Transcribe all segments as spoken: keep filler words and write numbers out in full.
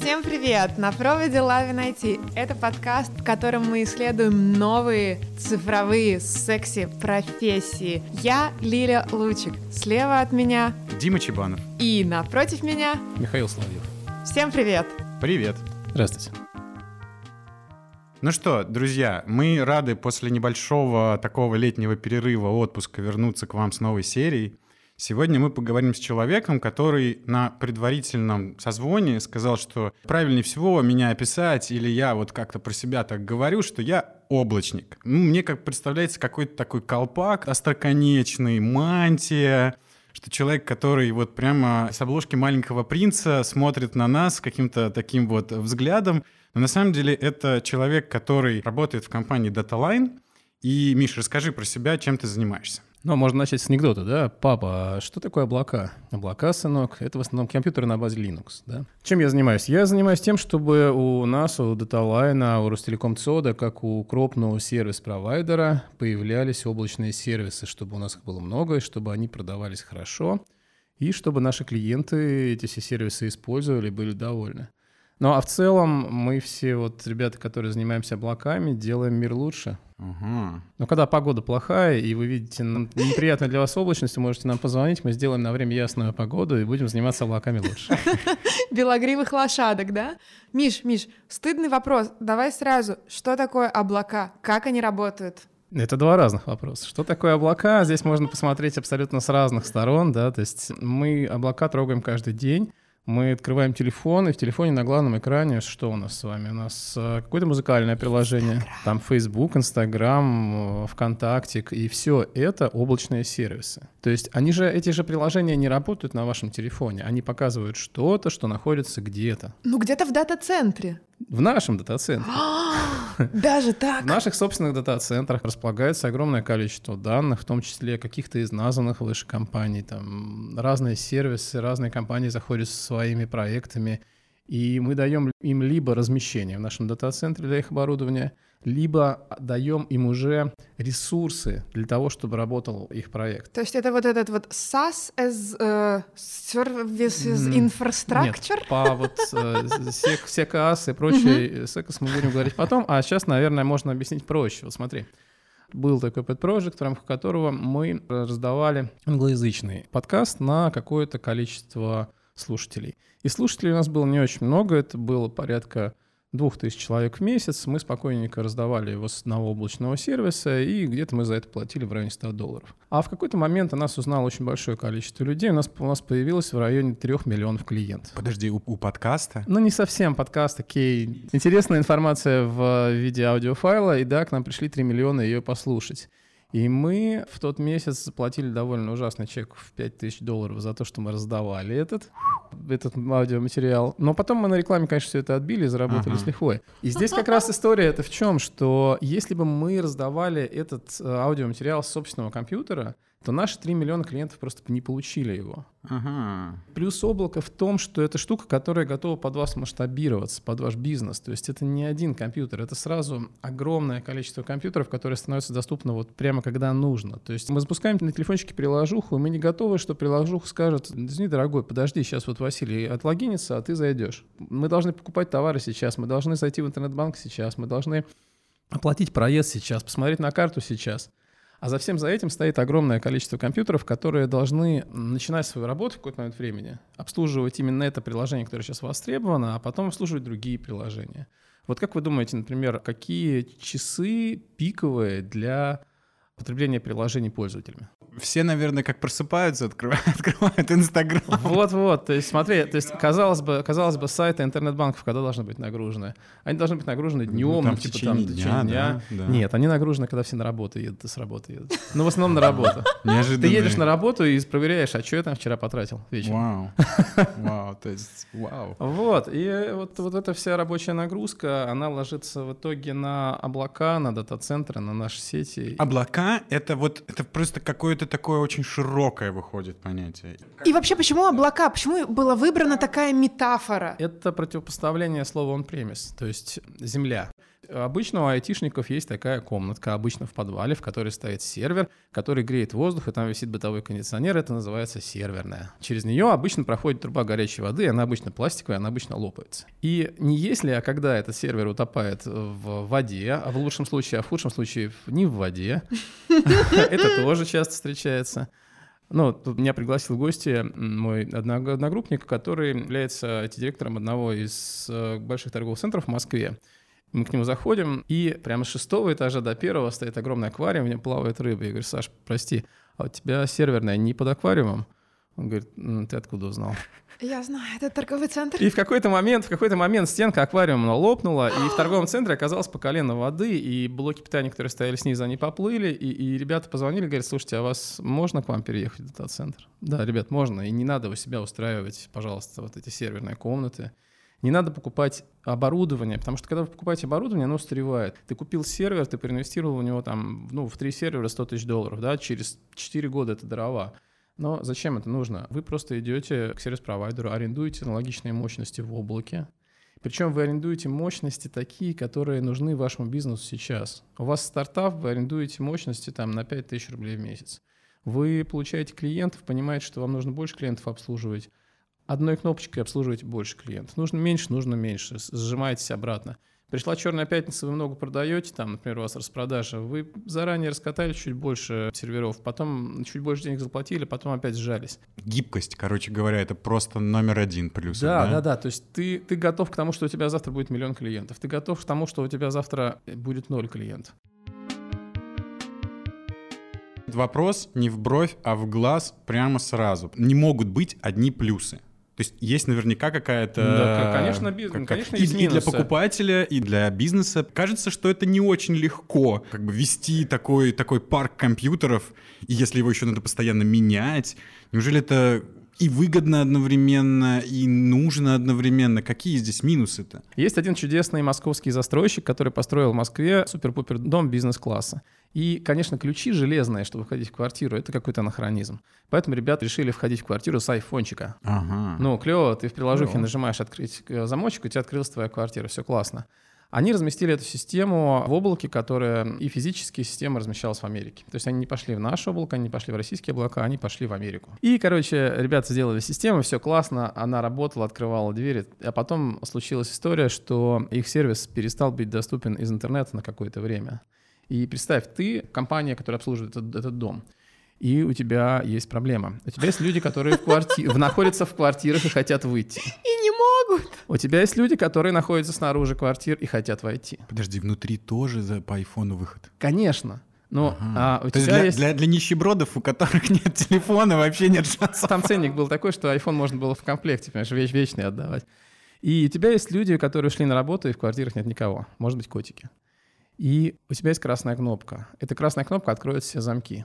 Всем привет! На проводе Lovin ай ти. Это подкаст, в котором мы исследуем новые цифровые секси-профессии. Я Лиля Лучик. Слева от меня Дима Чебанов. И напротив меня Михаил Соловьев. Всем привет! Привет! Здравствуйте. Ну что, друзья, мы рады после небольшого такого летнего перерыва отпуска вернуться к вам с новой серией. Сегодня мы поговорим с человеком, который на предварительном созвоне сказал, что правильнее всего меня описать, или я вот как-то про себя так говорю, что я облачник. Ну, мне как представляется какой-то такой колпак остроконечный, мантия, что человек, который вот прямо с обложки «Маленького принца» смотрит на нас каким-то таким вот взглядом. Но на самом деле это человек, который работает в компании DataLine. И, Миш, расскажи про себя, чем ты занимаешься. Ну, можно начать с анекдота, да? Папа, а что такое облака? Облака, сынок, это в основном компьютеры на базе Linux, да? Чем я занимаюсь? Я занимаюсь тем, чтобы у нас, у DataLine, у Ростелеком ЦОДа, как у крупного сервис-провайдера, появлялись облачные сервисы, чтобы у нас их было много, и чтобы они продавались хорошо, и чтобы наши клиенты эти все сервисы использовали, были довольны. Ну, а в целом мы все вот ребята, которые занимаемся облаками, делаем мир лучше. Угу. Но когда погода плохая, и вы видите неприятную для вас облачность, вы можете нам позвонить, мы сделаем на время ясную погоду и будем заниматься облаками лучше. Белогривых лошадок, да? Миш, Миш, стыдный вопрос. Давай сразу. Что такое облака? Как они работают? Это два разных вопроса. Что такое облака? Здесь можно посмотреть абсолютно с разных сторон, да, то есть мы облака трогаем каждый день. Мы открываем телефон, и в телефоне на главном экране что у нас с вами? У нас какое-то музыкальное приложение, Instagram. Там Facebook, Instagram, ВКонтакте, и все это облачные сервисы. То есть они же, эти же приложения не работают на вашем телефоне, они показывают что-то, что находится где-то. Ну, где-то в дата-центре. В нашем дата-центре. Даже так? В наших собственных дата-центрах располагается огромное количество данных, в том числе каких-то из названных выше компаний. Там разные сервисы, разные компании заходят со своими проектами, и мы даем им либо размещение в нашем дата-центре для их оборудования, либо даем им уже ресурсы для того, чтобы работал их проект. То есть это вот этот вот SaaS as uh, Service as Infrastructure? Нет, по вот SecOS и прочее, SecOS мы будем говорить потом, а сейчас, наверное, можно объяснить проще. Вот смотри. Был такой pet project, в рамках которого мы раздавали англоязычный подкаст на какое-то количество слушателей. И слушателей у нас было не очень много, это было порядка двух тысяч человек в месяц. Мы спокойненько раздавали его с одного облачного сервиса, и где-то мы за это платили в районе ста долларов. А в какой-то момент о нас узнало очень большое количество людей. У нас, у нас появилось в районе трех миллионов клиентов. Подожди, у, у подкаста? Ну, не совсем подкаст, окей. Интересная информация в виде аудиофайла, и да, к нам пришли три миллиона ее послушать. И мы в тот месяц заплатили довольно ужасный чек в пять тысяч долларов за то, что мы раздавали этот, этот аудиоматериал. Но потом мы на рекламе, конечно, все это отбили и заработали uh-huh. с лихвой. И здесь как раз история это в чем, что если бы мы раздавали этот аудиоматериал с собственного компьютера, то наши три миллиона клиентов просто не получили его. Ага. Плюс облако в том, что это штука, которая готова под вас масштабироваться, под ваш бизнес. То есть это не один компьютер, это сразу огромное количество компьютеров, которые становятся доступны вот прямо когда нужно. То есть мы запускаем на телефончике приложуху, и мы не готовы, что приложуха скажет: извини, дорогой, подожди, сейчас вот Василий отлогинится, а ты зайдешь. Мы должны покупать товары сейчас, мы должны зайти в интернет-банк сейчас, мы должны оплатить проезд сейчас, посмотреть на карту сейчас. А за всем за этим стоит огромное количество компьютеров, которые должны начинать свою работу в какой-то момент времени, обслуживать именно это приложение, которое сейчас востребовано, а потом обслуживать другие приложения. Вот как вы думаете, например, какие часы пиковые для потребления приложений пользователями? Все, наверное, как просыпаются, открывают, открывают Инстаграм. Вот-вот, то есть смотри, то есть казалось бы, казалось бы, сайты интернет-банков когда должны быть нагружены? Они должны быть нагружены днем, там, типа, в течение там, дня, дня. Да, да. Нет, они нагружены, когда все на работу едут и с работы едут. Ну, в основном на работу. Неожиданно. Ты едешь на работу и проверяешь, а что я там вчера потратил вечером. Вау, вау, то есть, вау. Вот, и вот, вот эта вся рабочая нагрузка, она ложится в итоге на облака, на дата-центры, на наши сети. Облака — это вот, это просто какое-то такое очень широкое выходит понятие. И вообще, почему облака? Почему была выбрана такая метафора? Это противопоставление слова on-premise, то есть земля. Обычно у айтишников есть такая комнатка, обычно в подвале, в которой стоит сервер, который греет воздух, и там висит бытовой кондиционер, это называется серверная. Через нее обычно проходит труба горячей воды, она обычно пластиковая, она обычно лопается. И не если, а когда этот сервер утопает в воде, а в лучшем случае, а в худшем случае не в воде, это тоже часто встречается. Ну, тут меня пригласил в гости мой одногруппник, который является директором одного из больших торговых центров в Москве. Мы к нему заходим, и прямо с шестого этажа до первого стоит огромный аквариум, в нем плавает рыба. Я говорю: Саш, прости, а у тебя серверная не под аквариумом? Он говорит: ты откуда узнал? Я знаю, это торговый центр. И в какой-то момент, в какой-то момент стенка аквариума лопнула, и в торговом центре оказалось по колено воды, и блоки питания, которые стояли снизу, они поплыли, и, и ребята позвонили, говорят: слушайте, а вас можно к вам переехать в этот центр? Да, ребят, можно, и не надо у себя устраивать, пожалуйста, вот эти серверные комнаты. Не надо покупать оборудование, потому что когда вы покупаете оборудование, оно устаревает. Ты купил сервер, ты проинвестировал в него там, ну, в три сервера сто тысяч долларов, да, через четыре года это дрова. Но зачем это нужно? Вы просто идете к сервис-провайдеру, арендуете аналогичные мощности в облаке. Причем вы арендуете мощности такие, которые нужны вашему бизнесу сейчас. У вас стартап, вы арендуете мощности там на пять тысяч рублей в месяц. Вы получаете клиентов, понимаете, что вам нужно больше клиентов обслуживать. Одной кнопочкой обслуживаете больше клиентов. Нужно меньше, нужно меньше. Сжимаетесь обратно. Пришла черная пятница, вы много продаете, там, например, у вас распродажа, вы заранее раскатали чуть больше серверов, потом чуть больше денег заплатили, потом опять сжались. Гибкость, короче говоря, это просто номер один плюс. Да, да, да, да. То есть ты, ты готов к тому, что у тебя завтра будет миллион клиентов. Ты готов к тому, что у тебя завтра будет ноль клиентов. Вопрос не в бровь, а в глаз прямо сразу. Не могут быть одни плюсы. То есть есть наверняка какая-то... Да, конечно, бизнес, конечно, есть и, минусы. И для покупателя, и для бизнеса. Кажется, что это не очень легко как бы вести такой, такой парк компьютеров, и если его еще надо постоянно менять. Неужели это и выгодно одновременно, и нужно одновременно? Какие здесь минусы-то? Есть один чудесный московский застройщик, который построил в Москве супер-пупер дом бизнес-класса. И, конечно, ключи железные, чтобы входить в квартиру, это какой-то анахронизм. Поэтому ребята решили входить в квартиру с айфончика. Ага. Ну, клево, ты в приложухе Клево. Нажимаешь «Открыть замочек», у тебя открылась твоя квартира, все классно. Они разместили эту систему в облаке, которая и физически система размещалась в Америке. То есть они не пошли в наше облако, они не пошли в российские облака, они пошли в Америку. И, короче, ребята сделали систему, все классно, она работала, открывала двери. А потом случилась история, что их сервис перестал быть доступен из интернета на какое-то время. И представь, ты компания, которая обслуживает этот, этот дом, и у тебя есть проблема. У тебя есть люди, которые в кварти... находятся в квартирах и хотят выйти. И не могут. У тебя есть люди, которые находятся снаружи квартир и хотят войти. Подожди, внутри тоже за, по айфону выход? Конечно. Но Ага. а, у То тебя есть есть... для, для, для нищебродов, у которых нет телефона, вообще нет шансов. Там ценник был такой, что iPhone можно было в комплекте, понимаешь, веч- вечный отдавать. И у тебя есть люди, которые шли на работу, и в квартирах нет никого. Может быть, котики. И у тебя есть красная кнопка. Эта красная кнопка откроет все замки.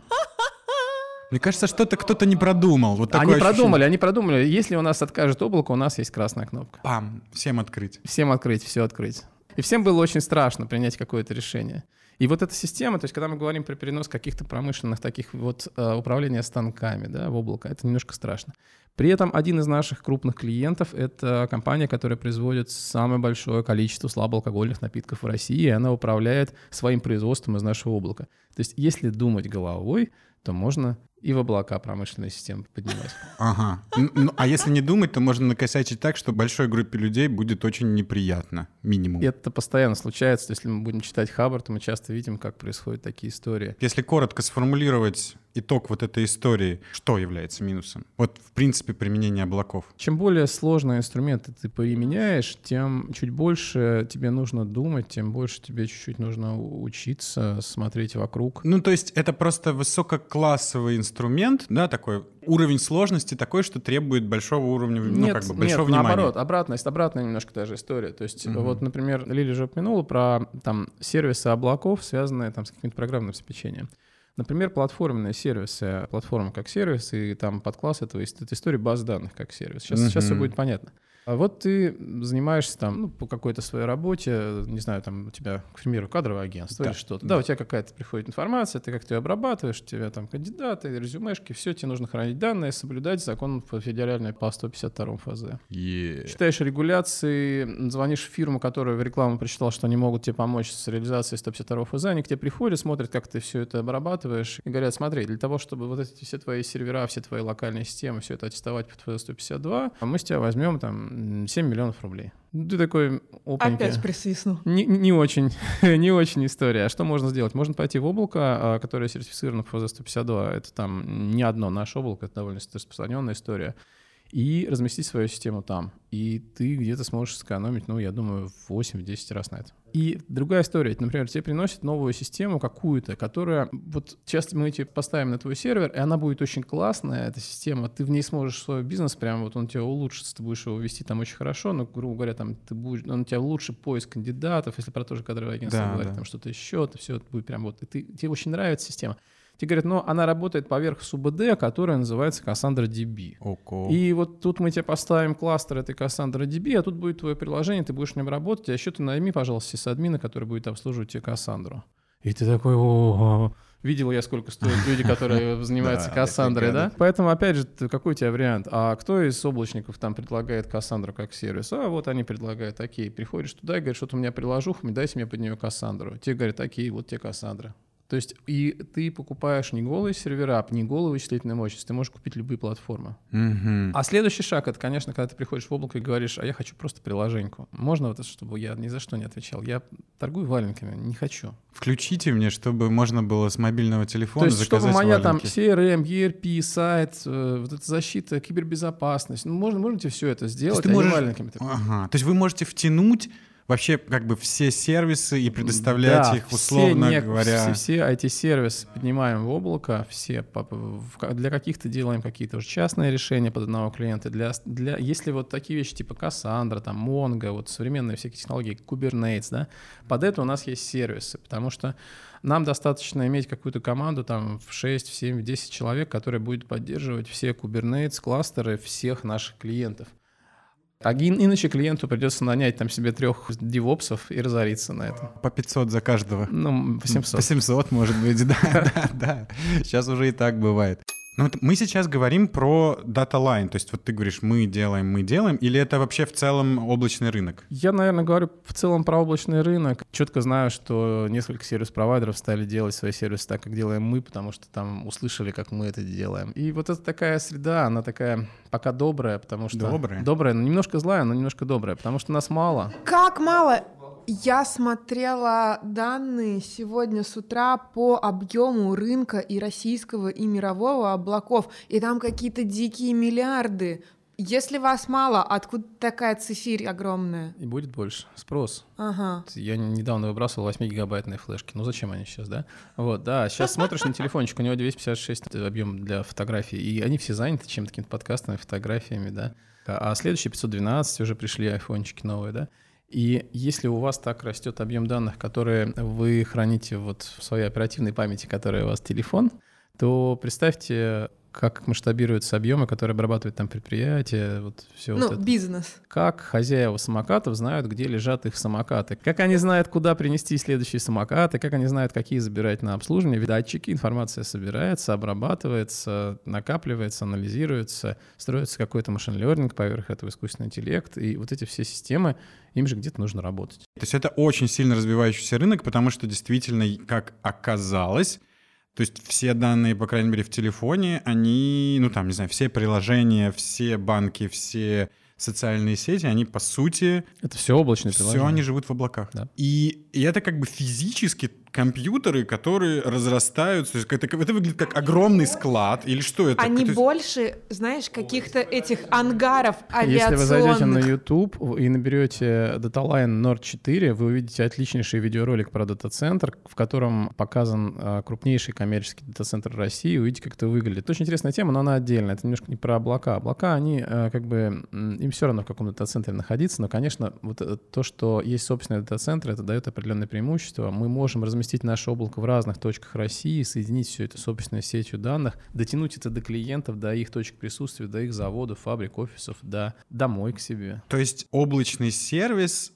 Мне кажется, что-то кто-то не продумал. Вот Они такое продумали, ощущение. они продумали. Если у нас откажет облако, у нас есть красная кнопка. Пам, всем открыть. Всем открыть, все открыть. И всем было очень страшно принять какое-то решение. И вот эта система, то есть когда мы говорим про перенос каких-то промышленных таких вот э, управления станками, да, в облако, это немножко страшно. При этом один из наших крупных клиентов — это компания, которая производит самое большое количество слабоалкогольных напитков в России, и она управляет своим производством из нашего облака. То есть если думать головой, то можно и в облака промышленные системы поднимать. Ага. Ну, а если не думать, то можно накосячить так, что большой группе людей будет очень неприятно, минимум. И это постоянно случается. Если мы будем читать Хаббар, то мы часто видим, как происходят такие истории. Если коротко сформулировать итог вот этой истории, что является минусом? Вот, в принципе, применение облаков. Чем более сложные инструменты ты применяешь, тем чуть больше тебе нужно думать, тем больше тебе чуть-чуть нужно учиться, смотреть вокруг. Ну, то есть это просто высококлассовый инструмент, да, такой уровень сложности такой, что требует большого уровня, ну, Нет, как бы, большого нет, внимания. наоборот, обратная, обратная немножко даже история. То есть Мгм. вот, например, Лилия же упомянула про там сервисы облаков, связанные там с каким-то программным обеспечением. Например, платформенные сервисы, платформа как сервис, и там подкласс этого, это история баз данных как сервис. Сейчас, Мгм. сейчас все будет понятно. А вот ты занимаешься там, ну, по какой-то своей работе, не знаю, там у тебя, к примеру, кадровое агентство Да. или что-то. Да. Да, у тебя какая-то приходит информация, ты как-то ее обрабатываешь, у тебя там кандидаты, резюмешки, все, тебе нужно хранить данные, соблюдать закон федеральный по сто пятьдесят второму эф зэ. Yeah. Читаешь регуляции, звонишь в фирму, которая в рекламу прочитала, что они могут тебе помочь с реализацией сто пятьдесят второго эф зэ, они к тебе приходят, смотрят, как ты все это обрабатываешь, и говорят: смотри, для того, чтобы вот эти все твои сервера, все твои локальные системы, все это аттестовать под эф зэ сто пятьдесят два, мы с тебя возьмем там семь миллионов рублей. Ты такой опаньки. Опять присвистнул. Не, не очень, не очень история. А что можно сделать? Можно пойти в облако, которое сертифицировано по эф зэ сто пятьдесят два. Это там не одно наше облако, это довольно распространенная история. И разместить свою систему там. И ты где-то сможешь сэкономить, ну, я думаю, в восемь-десять раз на это. И другая история. Например, тебе приносят новую систему какую-то, которая... Вот часто мы тебе поставим на твой сервер, и она будет очень классная, эта система. Ты в ней сможешь свой бизнес, прям вот он у тебя улучшится, ты будешь его вести там очень хорошо, но, грубо говоря, там ты будешь... Он у тебя лучше поиск кандидатов, если про то же кадровое агентство Да, говорить, да. там что-то еще, это все будет прям вот... И ты, тебе очень нравится система. Тебе говорят: ну, она работает поверх СУБД, которая называется Cassandra ди би. Oko. И вот тут мы тебе поставим кластер этой Cassandra ди би, а тут будет твое приложение, ты будешь в нем работать, а еще ты найми, пожалуйста, сисадмина, который будет обслуживать тебе Cassandra. И ты такой: о, видел я, сколько стоят люди, которые занимаются Cassandra, да? Поэтому, опять же, какой у тебя вариант? А кто из облачников там предлагает Cassandra как сервис? А вот они предлагают: окей, приходишь туда и говоришь: что-то у меня приложуха, дайте мне под нее Cassandra. Тебе говорят: окей, вот тебе Cassandra. То есть и ты покупаешь не голые сервера, не голую вычислительную мощность, ты можешь купить любые платформы. Мгм. А следующий шаг — это, конечно, когда ты приходишь в облако и говоришь: а я хочу просто приложеньку. Можно вот это, чтобы я ни за что не отвечал? Я торгую валенками, не хочу. Включите мне, чтобы можно было с мобильного телефона То есть заказать чтобы моя там валенки. си эр эм, и эр пи, сайт, э, вот эта защита, кибербезопасность, ну, можно, можете все это То есть сделать, ты а не можешь- валенками. Ага. То есть вы можете втянуть вообще как бы все сервисы и предоставлять Да, их, все условно нек- говоря. Все, все ай ти-сервисы поднимаем в облако, все по- в- для каких-то делаем какие-то уже частные решения под одного клиента. Для, для, если вот такие вещи типа Cassandra, там, Mongo, вот современные всякие технологии, Kubernetes, да, под это у нас есть сервисы, потому что нам достаточно иметь какую-то команду там в шесть, в семь, в десять человек, которая будет поддерживать все Kubernetes, кластеры всех наших клиентов. А ин- иначе клиенту придется нанять там себе трех девопсов и разориться на этом. По пятьсот за каждого. Ну, восемьсот. По семьсот, может быть, да, да, да. Сейчас уже и так бывает. Ну, вот мы сейчас говорим про Data Line, то есть вот ты говоришь: мы делаем, мы делаем, или это вообще в целом облачный рынок? Я, наверное, говорю в целом про облачный рынок. Четко знаю, что несколько сервис-провайдеров стали делать свои сервисы так, как делаем мы, потому что там услышали, как мы это делаем. И вот эта такая среда, она такая пока добрая, потому что... Добрая? Добрая, но немножко злая, но немножко добрая, потому что нас мало. Как мало? Я смотрела данные сегодня с утра по объему рынка и российского, и мирового облаков, и там какие-то дикие миллиарды. Если вас мало, откуда такая цифирь огромная? И будет больше. Спрос. Ага. Я недавно выбрасывал восьмигигабайтные флешки. Ну зачем они сейчас, да? Вот, да. Сейчас смотришь на телефончик, у него двести пятьдесят шесть объем для фотографий, и они все заняты чем-то, какими-то подкастами, фотографиями, да. А следующие пятьсот двенадцать уже пришли айфончики новые, да. И если у вас так растет объем данных, которые вы храните вот в своей оперативной памяти, которая у вас телефон, то представьте, как масштабируются объемы, которые обрабатывают там предприятия, вот все Ну, вот это. бизнес. Как хозяева самокатов знают, где лежат их самокаты, как они знают, куда принести следующие самокаты, как они знают, какие забирать на обслуживание. Датчики, информация собирается, обрабатывается, накапливается, анализируется, строится какой-то машин-лернинг поверх этого, искусственный интеллект, и вот эти все системы, им же где-то нужно работать. То есть это очень сильно развивающийся рынок, потому что действительно, как оказалось, то есть все данные, по крайней мере, в телефоне, они, ну там, не знаю, все приложения, все банки, все социальные сети, они, по сути, Это все облачные все приложения. они живут в облаках. Да. И, и это как бы физически компьютеры, которые разрастаются. То есть это, это выглядит как огромный склад. Или что это? Они То есть- больше, знаешь, каких-то этих ангаров Если вы зайдете на авиационных. YouTube и наберете DataLine Норд четыре, вы увидите отличнейший видеоролик про дата-центр, в котором показан а, крупнейший коммерческий дата-центр России. Увидите, как это выглядит. Это очень интересная тема, но она отдельная. Это немножко не про облака. Облака, они а, как бы... м, им все равно в каком дата-центре находиться, но, конечно, вот это- то, что есть собственный дата-центр, это дает определенное преимущество. Мы можем разместить разместить наше облако в разных точках России, соединить все это с собственной сетью данных, дотянуть это до клиентов, до их точек присутствия, до их заводов, фабрик, офисов, до домой к себе. То есть облачный сервис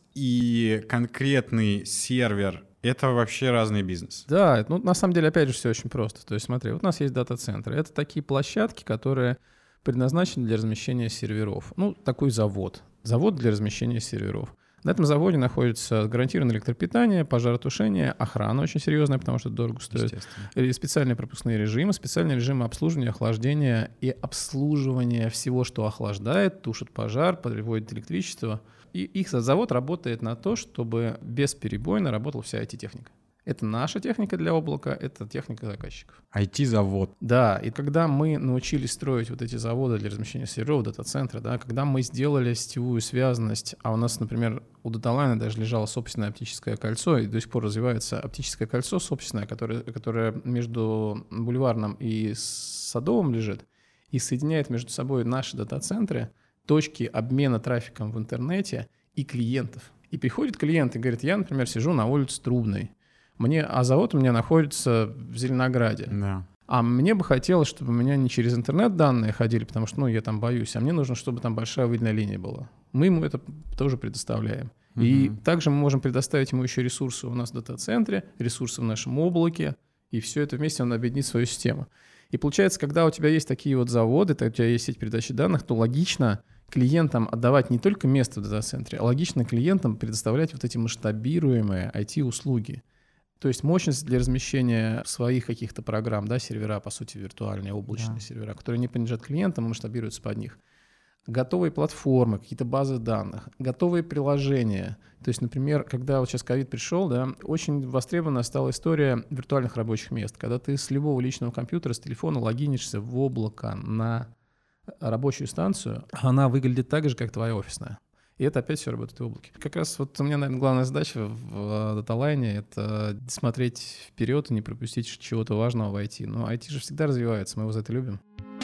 и конкретный сервер — это вообще разный бизнес? Да, ну на самом деле, опять же, все очень просто. То есть смотри, вот у нас есть дата-центры. Это такие площадки, которые предназначены для размещения серверов. Ну, такой завод. Завод для размещения серверов. На этом заводе находится гарантированное электропитание, пожаротушение, охрана очень серьезная, потому что это дорого стоит, и специальные пропускные режимы, специальные режимы обслуживания, охлаждения и обслуживания всего, что охлаждает, тушит пожар, подводит электричество. И их завод работает на то, чтобы бесперебойно работала вся ай ти-техника. Это наша техника для облака, это техника заказчиков. ай ти-завод. Да, и когда мы научились строить вот эти заводы для размещения серверов, дата-центры, да, когда мы сделали сетевую связанность, а у нас, например, у DataLine даже лежало собственное оптическое кольцо, и до сих пор развивается оптическое кольцо собственное, которое, которое между Бульварным и Садовым лежит, и соединяет между собой наши дата-центры, точки обмена трафиком в интернете и клиентов. И приходит клиент и говорит: я, например, сижу на улице Трубной, Мне, а завод у меня находится в Зеленограде. Да. А мне бы хотелось, чтобы у меня не через интернет данные ходили, потому что, ну, я там боюсь, а мне нужно, чтобы там большая выделенная линия была. Мы ему это тоже предоставляем. Угу. И также мы можем предоставить ему еще ресурсы у нас в дата-центре, ресурсы в нашем облаке, и все это вместе он объединит свою систему. И получается, когда у тебя есть такие вот заводы, у тебя есть сеть передачи данных, то логично клиентам отдавать не только место в дата-центре, а логично клиентам предоставлять вот эти масштабируемые ай ти-услуги. То есть мощность для размещения своих каких-то программ, да, сервера, по сути, виртуальные, облачные да. сервера, которые не принадлежат клиентам и масштабируются под них. Готовые платформы, какие-то базы данных, готовые приложения. То есть, например, когда вот сейчас ковид пришел, да, очень востребована стала история виртуальных рабочих мест, когда ты с любого личного компьютера, с телефона логинишься в облако на рабочую станцию, она выглядит так же, как твоя офисная. И это опять все работает в облаке. Как раз вот у меня, наверное, главная задача в DataLine — это смотреть вперед и не пропустить чего-то важного в ай ти. Но ай ти же всегда развивается, мы его за это любим.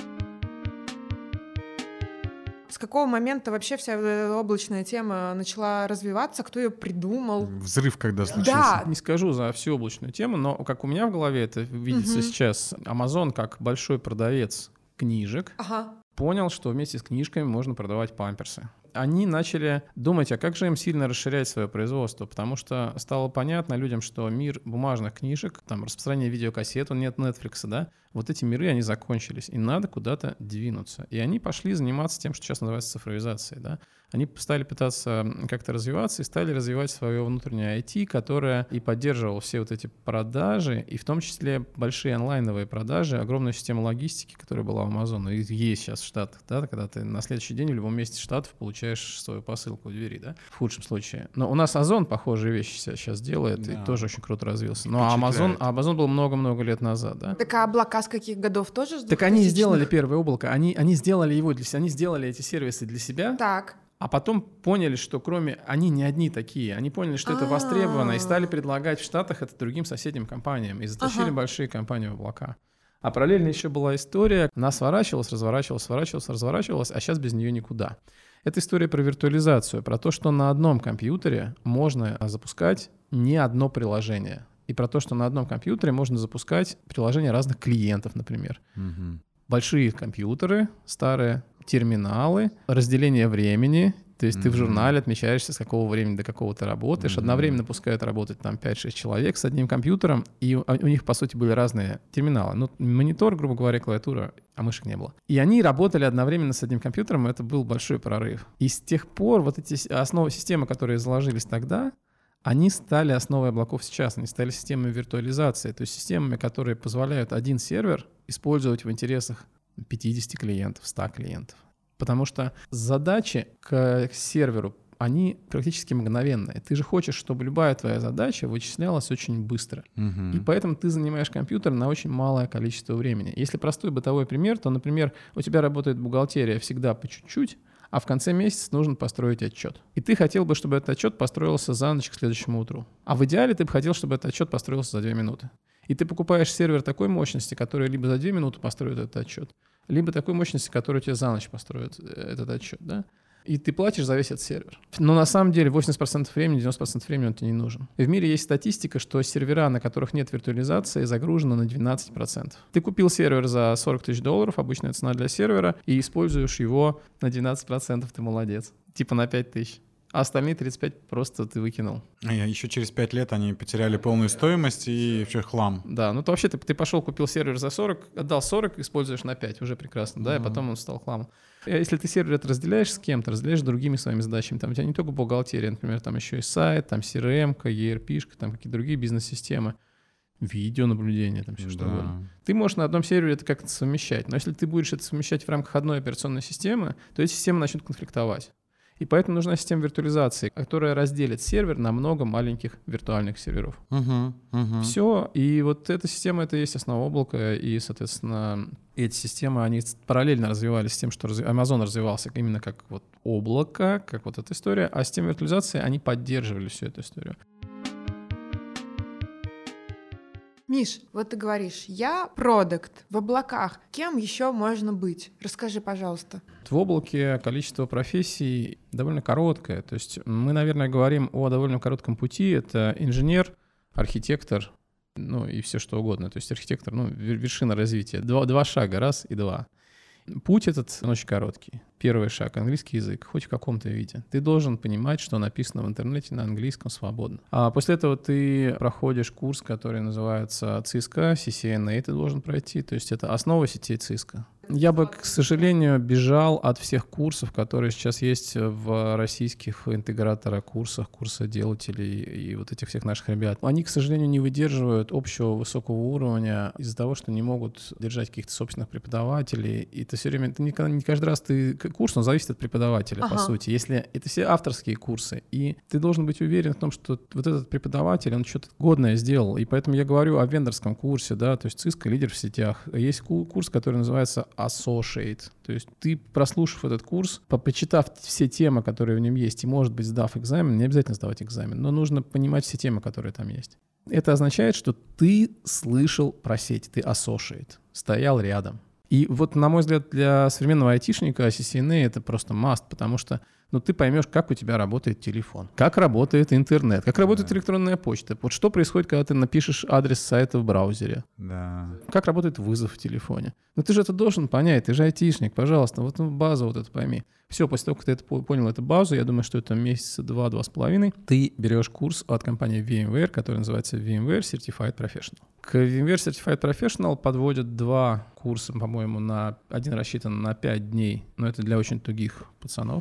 С какого момента вообще вся облачная тема начала развиваться? Кто ее придумал? Взрыв когда случился? Да. Не скажу за всю облачную тему, но как у меня в голове это видится угу. сейчас, Amazon как большой продавец книжек ага. понял, что вместе с книжками можно продавать памперсы. Они начали думать, а как же им сильно расширять свое производство, потому что стало понятно людям, что мир бумажных книжек, там распространение видеокассет, он нет Netflix, да, вот эти миры, они закончились, и надо куда-то двинуться. И они пошли заниматься тем, что сейчас называется цифровизацией, да. Они стали пытаться как-то развиваться и стали развивать свое внутреннее ай ти, которое и поддерживало все вот эти продажи, и в том числе большие онлайновые продажи, огромную систему логистики, которая была у Amazon, и есть сейчас в Штатах, да, когда ты на следующий день в любом месте Штатов получаешь свою посылку в двери, да, в худшем случае. Но у нас Озон похожие вещи сейчас делает, да. и тоже очень круто развился. Но Amazon, Amazon был много-много лет назад, да. Так а облака с каких годов тоже? Так они сделали первое облако, они, они сделали его для себя, они сделали эти сервисы для себя. Так. А потом поняли, что кроме... Они не одни такие. Они поняли, что это востребовано, и стали предлагать в Штатах это другим соседним компаниям. И затащили ага. большие компании в облака. А параллельно еще была история. Она сворачивалась, разворачивалась, сворачивалась, разворачивалась, а сейчас без нее никуда. Это история про виртуализацию, про то, что на одном компьютере можно запускать не одно приложение. И про то, что на одном компьютере можно запускать приложения разных клиентов, например. Угу. Большие компьютеры, старые терминалы, разделение времени. То есть mm-hmm. ты в журнале отмечаешься, с какого времени до какого ты работаешь. Mm-hmm. Одновременно пускают работать там пять-шесть человек с одним компьютером, и у, у них, по сути, были разные терминалы. Ну, монитор, грубо говоря, клавиатура, а мышек не было. И они работали одновременно с одним компьютером, и это был большой прорыв. И с тех пор вот эти основы системы, которые заложились тогда, они стали основой облаков сейчас, они стали системами виртуализации, то есть системами, которые позволяют один сервер использовать в интересах пятьдесят клиентов, сто клиентов. Потому что задачи к серверу, они практически мгновенные. Ты же хочешь, чтобы любая твоя задача вычислялась очень быстро. Uh-huh. И поэтому ты занимаешь компьютер на очень малое количество времени. Если простой бытовой пример, то, например, у тебя работает бухгалтерия всегда по чуть-чуть, а в конце месяца нужно построить отчет. И ты хотел бы, чтобы этот отчет построился за ночь к следующему утру. А в идеале ты бы хотел, чтобы этот отчет построился за две минуты. И ты покупаешь сервер такой мощности, который либо за две минуты построит этот отчет, либо такой мощности, который тебе за ночь построит этот отчет. Да? И ты платишь за весь этот сервер. Но на самом деле восемьдесят процентов времени, девяносто процентов времени он тебе не нужен. И в мире есть статистика, что сервера, на которых нет виртуализации, загружены на двенадцать процентов. Ты купил сервер за сорок тысяч долларов, обычная цена для сервера, и используешь его на двенадцать процентов, ты молодец. Типа на пять тысяч. А остальные тридцать пять просто ты выкинул. А еще через пять лет они потеряли полную стоимость и все хлам. Да, ну то вообще ты, ты пошел, купил сервер за сорок, отдал сорок, используешь на пять, уже прекрасно, да, mm-hmm. и потом он стал хламом. Если ты сервер это разделяешь с кем-то, разделяешь с другими своими задачами, там у тебя не только бухгалтерия, например, там еще и сайт, там си эр эм-ка, и эр пи-шка, там какие-то другие бизнес-системы, видеонаблюдение, там все что да. угодно. Ты можешь на одном сервере это как-то совмещать, но если ты будешь это совмещать в рамках одной операционной системы, то эти системы начнут конфликтовать. И поэтому нужна система виртуализации, которая разделит сервер на много маленьких виртуальных серверов. Uh-huh, uh-huh. Все. И вот эта система — это и есть основа облака. И, соответственно, эти системы, они параллельно развивались с тем, что Amazon развивался именно как вот облако, как вот эта история. А система виртуализации, они поддерживали всю эту историю. Миш, вот ты говоришь, я продакт в облаках. Кем еще можно быть? Расскажи, пожалуйста. В облаке количество профессий довольно короткое. То есть мы, наверное, говорим о довольно коротком пути. Это инженер, архитектор, ну и все что угодно. То есть архитектор, ну, вершина развития. Два, два шага, раз и два. Путь этот он очень короткий. Первый шаг — английский язык, хоть в каком-то виде. Ты должен понимать, что написано в интернете на английском свободно. А после этого ты проходишь курс, который называется Cisco, си си эн эй ты должен пройти. То есть это основа сетей Cisco. Я бы, к сожалению, бежал от всех курсов, которые сейчас есть в российских интеграторах курсах, курсоделателей и вот этих всех наших ребят. Они, к сожалению, не выдерживают общего высокого уровня из-за того, что не могут держать каких-то собственных преподавателей. И ты все время, ты не, не каждый раз ты курс, он зависит от преподавателя, ага. по сути. Если это все авторские курсы, и ты должен быть уверен в том, что вот этот преподаватель, он что-то годное сделал. И поэтому я говорю о вендорском курсе, да, то есть Cisco — лидер в сетях. Есть курс, который называется Associate. То есть ты, прослушав этот курс, почитав все темы, которые в нем есть, и, может быть, сдав экзамен, не обязательно сдавать экзамен, но нужно понимать все темы, которые там есть. Это означает, что ты слышал про сеть, ты Associate, стоял рядом. И вот, на мой взгляд, для современного айтишника си си эн эй это просто must, потому что ну, ты поймешь, как у тебя работает телефон, как работает интернет, как работает да. электронная почта. Вот что происходит, когда ты напишешь адрес сайта в браузере. Да. Как работает вызов в телефоне. Ну ты же это должен понять, ты же айтишник, пожалуйста, вот ну, базу вот эту пойми. Все, после того, как ты это понял, эту базу, я думаю, что это месяца два, два с половиной, ты берешь курс от компании VMware, который называется VMware Certified Professional. К VMware Certified Professional подводят два курса, по-моему, на один рассчитан на пять дней, но это для очень тугих пацанов.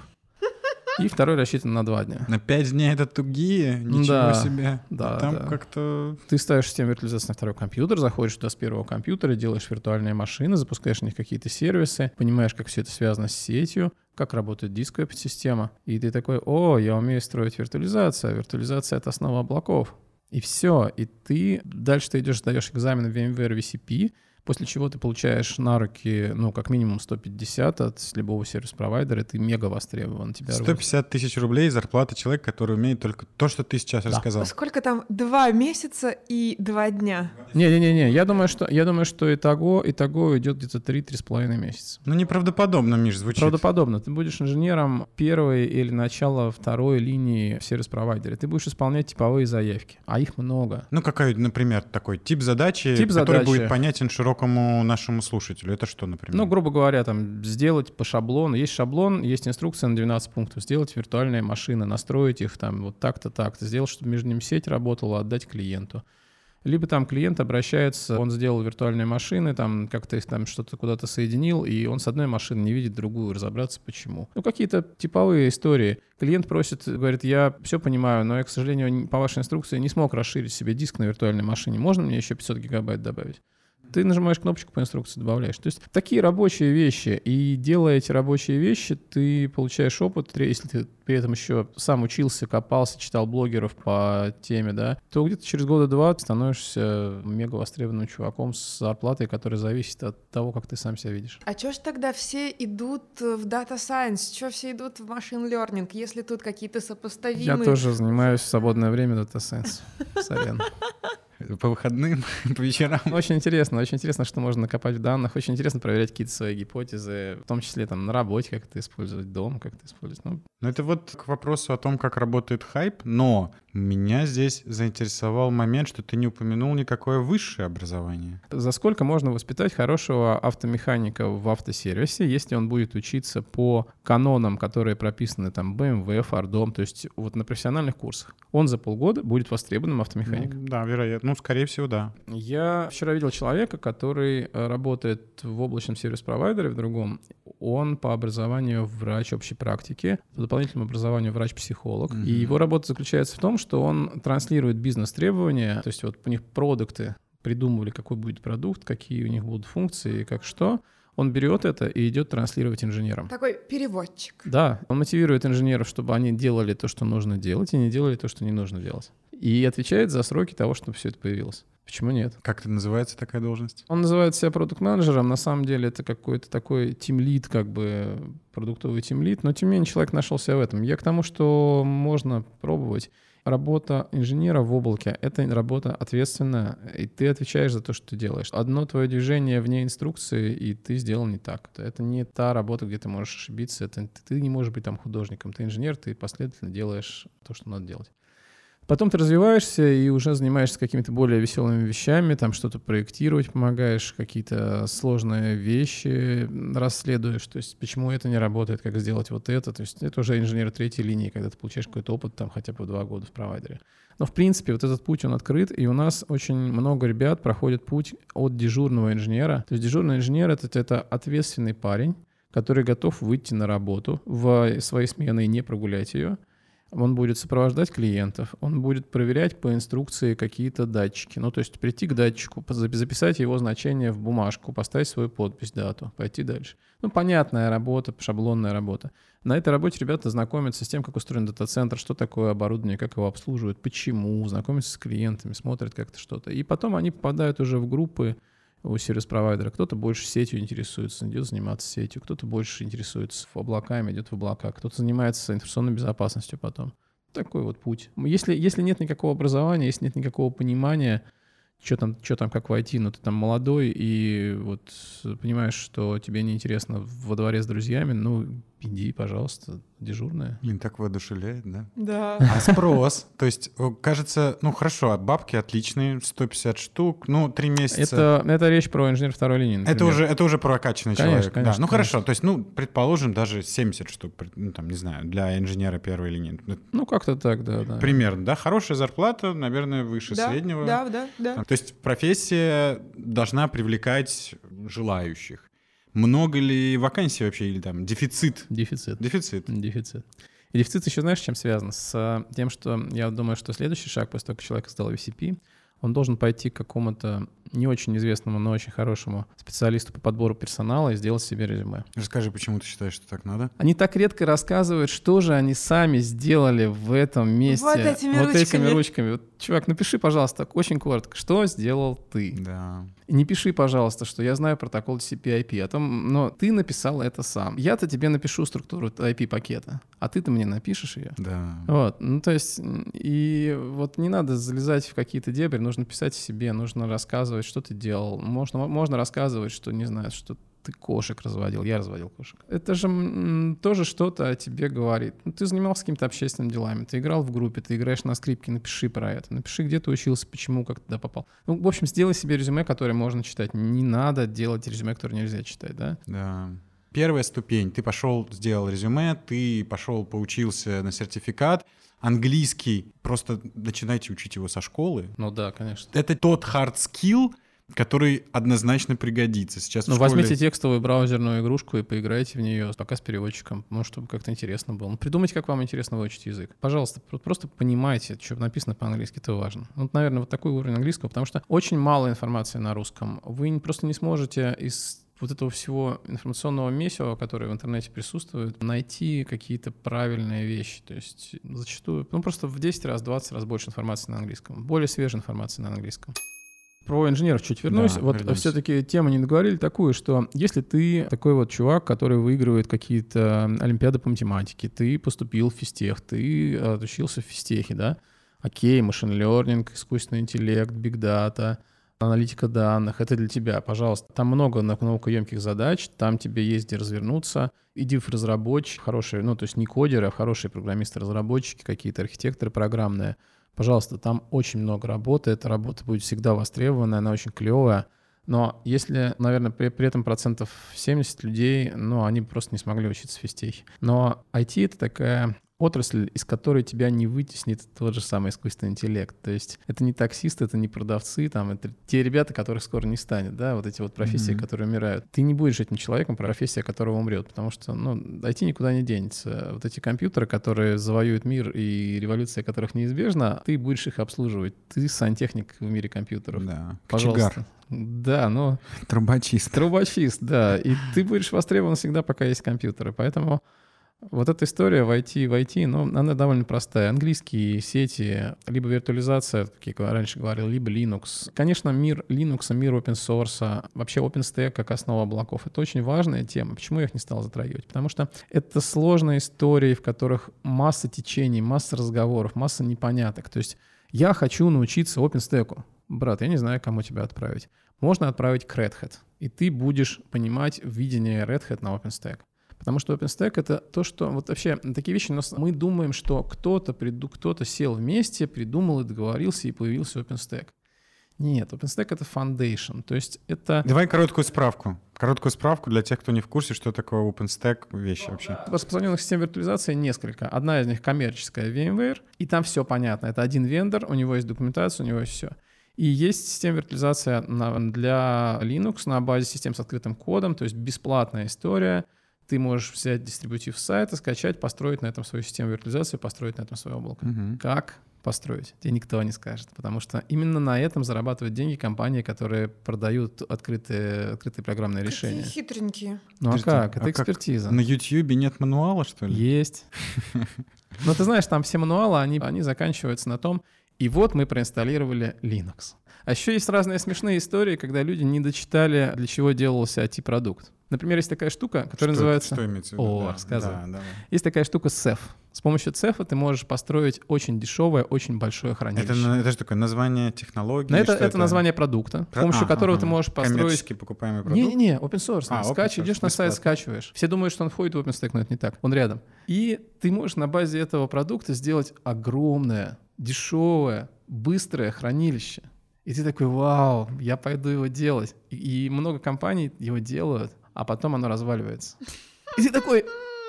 И второй рассчитан на два дня. На пять дней это тугие? Ничего да, себе. Да, там да. как-то... Ты ставишь систему виртуализации на второй компьютер, заходишь туда с первого компьютера, делаешь виртуальные машины, запускаешь на них какие-то сервисы, понимаешь, как все это связано с сетью, как работает дисковая подсистема. И ты такой: о, я умею строить виртуализацию, а виртуализация — это основа облаков. И все. И ты дальше ты идешь, сдаешь экзамен в VMware ви си пи, после чего ты получаешь на руки, ну, как минимум сто пятьдесят от любого сервис-провайдера, ты мега востребован. Тебя сто пятьдесят тысяч рублей зарплата человека, который умеет только то, что ты сейчас да. рассказал. Сколько там? Два месяца и два дня? Не-не-не, я думаю, что, я думаю, что итого, итого идет где-то три-три с половиной месяца. Ну, неправдоподобно, Миш, звучит. Правдоподобно. Ты будешь инженером первой или начала второй линии в сервис-провайдере. Ты будешь исполнять типовые заявки, а их много. Ну, какой, например, такой тип задачи, тип который задачи. будет понятен широкому нашему слушателю? Это что, например? Ну, грубо говоря, там, сделать по шаблону. Есть шаблон, есть инструкция на двенадцать пунктов. Сделать виртуальные машины, настроить их там вот так-то, так-то. Сделать, чтобы между ними сеть работала, отдать клиенту. Либо там клиент обращается, он сделал виртуальные машины, там как-то их там что-то куда-то соединил, и он с одной машины не видит другую, разобраться почему. Ну, какие-то типовые истории. Клиент просит, говорит: я все понимаю, но я, к сожалению, по вашей инструкции не смог расширить себе диск на виртуальной машине. Можно мне еще пятьсот гигабайт добавить? Ты нажимаешь кнопочку, по инструкции добавляешь. То есть такие рабочие вещи. И делая эти рабочие вещи, ты получаешь опыт. Если ты при этом еще сам учился, копался, читал блогеров по теме, да, то где-то через года два ты становишься мега востребованным чуваком с зарплатой, которая зависит от того, как ты сам себя видишь. А чё ж тогда все идут в Data Science? Чё все идут в Machine Learning, если тут какие-то сопоставимые... Я тоже занимаюсь в свободное время Data Science. Сорян. по выходным, по вечерам. Очень интересно, очень интересно, что можно накопать в данных, очень интересно проверять какие-то свои гипотезы, в том числе там на работе, как это использовать, дома, как это использовать. Ну, Ну, это вот к вопросу о том, как работает хайп, но меня здесь заинтересовал момент, что ты не упомянул никакое высшее образование. За сколько можно воспитать хорошего автомеханика в автосервисе, если он будет учиться по канонам, которые прописаны там бэ эм вэ, Фордом, то есть вот на профессиональных курсах? Он за полгода будет востребованным автомехаником. Ну, да, вероятно. Ну, скорее всего, да. Я вчера видел человека, который работает в облачном сервис-провайдере, в другом. Он по образованию врач общей практики, по дополнительному образованию врач-психолог. Mm-hmm. И его работа заключается в том, что он транслирует бизнес-требования, то есть вот у них продукты, придумывали, какой будет продукт, какие у них будут функции, как что. Он берет это и идет транслировать инженерам. Такой переводчик. Да, он мотивирует инженеров, чтобы они делали то, что нужно делать, и не делали то, что не нужно делать. И отвечает за сроки того, чтобы все это появилось. Почему нет? Как это называется, такая должность? Он называет себя продукт-менеджером. На самом деле это какой-то такой тимлид, как бы продуктовый тимлид. Но тем не менее человек нашел себя в этом. Я к тому, что можно пробовать. Работа инженера в облаке — это работа ответственная, и ты отвечаешь за то, что ты делаешь. Одно твое движение вне инструкции, и ты сделал не так. Это не та работа, где ты можешь ошибиться. Это, ты не можешь быть там художником. Ты инженер, ты последовательно делаешь то, что надо делать. Потом ты развиваешься и уже занимаешься какими-то более веселыми вещами, там что-то проектировать помогаешь, какие-то сложные вещи расследуешь, то есть почему это не работает, как сделать вот это. То есть это уже инженер третьей линии, когда ты получаешь какой-то опыт там хотя бы два года в провайдере. Но в принципе вот этот путь, он открыт, и у нас очень много ребят проходят путь от дежурного инженера. То есть дежурный инженер — это, это ответственный парень, который готов выйти на работу в свои смены и не прогулять ее. Он будет сопровождать клиентов, он будет проверять по инструкции какие-то датчики. Ну, то есть прийти к датчику, записать его значение в бумажку, поставить свою подпись, дату, пойти дальше. Ну, понятная работа, шаблонная работа. На этой работе ребята знакомятся с тем, как устроен дата-центр, что такое оборудование, как его обслуживают, почему, знакомятся с клиентами, смотрят как-то что-то. И потом они попадают уже в группы у сервис-провайдера. Кто-то больше сетью интересуется, идет заниматься сетью, кто-то больше интересуется облаками, идет в облака, кто-то занимается информационной безопасностью потом. Такой вот путь. Если, если нет никакого образования, если нет никакого понимания, что там, что там, как войти, но ты там молодой и вот понимаешь, что тебе неинтересно во дворе с друзьями, ну, иди, пожалуйста, дежурная. Блин, так воодушевляет, да? Да. А спрос? То есть, кажется, ну хорошо, бабки отличные, сто пятьдесят штук, ну, три месяца. Это, это речь про инженер второй линии, например. Это уже, это уже прокачанный конечно, человек. Конечно, да. Ну конечно. хорошо, то есть, ну, предположим, даже семьдесят штук, ну, там, не знаю, для инженера первой линии. Ну, как-то так, да, да. Примерно, да? Хорошая зарплата, наверное, выше Да, среднего. да, да, да. То есть профессия должна привлекать желающих. Много ли вакансий вообще или там дефицит? Дефицит. Дефицит. Дефицит. И дефицит еще знаешь, с чем связан? С тем, что я думаю, что следующий шаг после того, как человек сдал ви си пи, он должен пойти к какому-то не очень известному, но очень хорошему специалисту по подбору персонала и сделать себе резюме. Расскажи, почему ты считаешь, что так надо? Они так редко рассказывают, что же они сами сделали в этом месте. Вот этими вот ручками. этими ручками. Вот, чувак, напиши, пожалуйста, очень коротко, что сделал ты. Да. И не пиши, пожалуйста, что я знаю протокол ти си пи ай пи, а там, но ты написал это сам. Я-то тебе напишу структуру ай пи-пакета, а ты-то мне напишешь ее. Да. Вот, ну то есть, и вот не надо залезать в какие-то дебри, нужно писать о себе, нужно рассказывать, что ты делал. Можно, можно рассказывать, что, не знаю, что ты кошек разводил, я разводил кошек. Это же м, тоже что-то о тебе говорит. Ну, ты занимался какими-то общественными делами, ты играл в группе, ты играешь на скрипке, напиши про это, напиши, где ты учился, почему, как ты туда попал. Ну, в общем, сделай себе резюме, которое можно читать. Не надо делать резюме, которое нельзя читать, да? Да. Первая ступень. Ты пошел, сделал резюме, ты пошел, поучился на сертификат. Английский, просто начинайте учить его со школы. Ну да, конечно. Это тот hard skill, который однозначно пригодится. Сейчас ну, в школе... возьмите текстовую браузерную игрушку и поиграйте в нее, пока с переводчиком. Может, чтобы как-то интересно было. Ну, придумайте, как вам интересно выучить язык. Пожалуйста, просто понимайте, что написано по-английски, это важно. Вот, наверное, вот такой уровень английского, потому что очень мало информации на русском. Вы просто не сможете из вот этого всего информационного месива, которое в интернете присутствует, найти какие-то правильные вещи. То есть зачастую, ну, просто в десять раз, двадцать раз больше информации на английском. Более свежей информации на английском. Про инженеров чуть вернусь. Да, вот вернемся. Все-таки тему не договорили такую, что если ты такой вот чувак, который выигрывает какие-то олимпиады по математике, ты поступил в физтех, ты отучился в физтехе, да, Окей, машин learning, искусственный интеллект, big data, аналитика данных — это для тебя, пожалуйста. Там много наукоемких задач, там тебе есть где развернуться. Иди в разработчик, хорошие, ну, то есть не кодеры, а хорошие программисты-разработчики, какие-то архитекторы программные. Пожалуйста, там очень много работы, эта работа будет всегда востребованная, она очень клевая. Но если, наверное, при, при этом процентов семьдесят людей, ну, они просто не смогли учиться физтехе. Но ай ти — это такая отрасль, из которой тебя не вытеснит тот же самый искусственный интеллект. То есть это не таксисты, это не продавцы, там, это те ребята, которых скоро не станет, да, вот эти вот профессии, mm-hmm. которые умирают. Ты не будешь этим человеком, профессия которого умрет, потому что, ну, ай ти никуда не денется. Вот эти компьютеры, которые завоюют мир и революция которых неизбежна, ты будешь их обслуживать. Ты сантехник в мире компьютеров. Да, пожалуйста. Кочегар. Да, но... Трубочист. Трубочист, да. И ты будешь востребован всегда, пока есть компьютеры. Поэтому вот эта история в ай ти, в ай ти, ну, она довольно простая. Английские сети, либо виртуализация, как я раньше говорил, либо Linux. Конечно, мир Linux, мир open source, вообще OpenStack как основа облаков — это очень важная тема. Почему я их не стал затрагивать? Потому что это сложные истории, в которых масса течений, масса разговоров, масса непоняток. То есть я хочу научиться OpenStack. Брат, я не знаю, кому тебя отправить. Можно отправить к Red Hat, и ты будешь понимать видение Red Hat на OpenStack. Потому что OpenStack — это то, что... Вот вообще такие вещи, но мы думаем, что кто-то, приду, кто-то сел вместе, придумал и договорился, и появился OpenStack. Нет, OpenStack — это foundation, то есть это... Давай короткую справку. Короткую справку для тех, кто не в курсе, что такое OpenStack вещи вообще. Распространенных систем виртуализации несколько. Одна из них коммерческая VMware, и там все понятно. Это один вендор, у него есть документация, у него есть все. И есть система виртуализации для Linux на базе систем с открытым кодом, то есть бесплатная история. Ты можешь взять дистрибутив сайта, скачать, построить на этом свою систему виртуализации, построить на этом свое облако. Uh-huh. Как построить? Тебе никто не скажет, потому что именно на этом зарабатывают деньги компании, которые продают открытые, открытые программные Какие решения. Какие хитренькие. Ну а как? Это а экспертиза. Как? На YouTube нет мануала, что ли? Есть. Но ты знаешь, там все мануалы, они, они заканчиваются на том, и вот мы проинсталлировали Linux. А еще есть разные смешные истории, когда люди не дочитали, для чего делался ай ти-продукт. Например, есть такая штука, которая что, называется... Что имеется в виду? О, да, рассказывай. Да, есть такая штука сеф. С помощью сефа ты можешь построить очень дешевое, очень большое хранилище. Это, это что такое? Название технологии? Это, это, это название продукта, с помощью а, которого ага. ты можешь построить... Коммерчески покупаемый продукт? Не-не-не, open source. А, Скач, идешь на сайт, бесплатно. скачиваешь. Все думают, что он входит в OpenStack, но это не так. Он рядом. И ты можешь на базе этого продукта сделать огромное, дешевое, быстрое хранилище. И ты такой, вау, я пойду его делать. И, и много компаний его делают, а потом оно разваливается. И ты такой,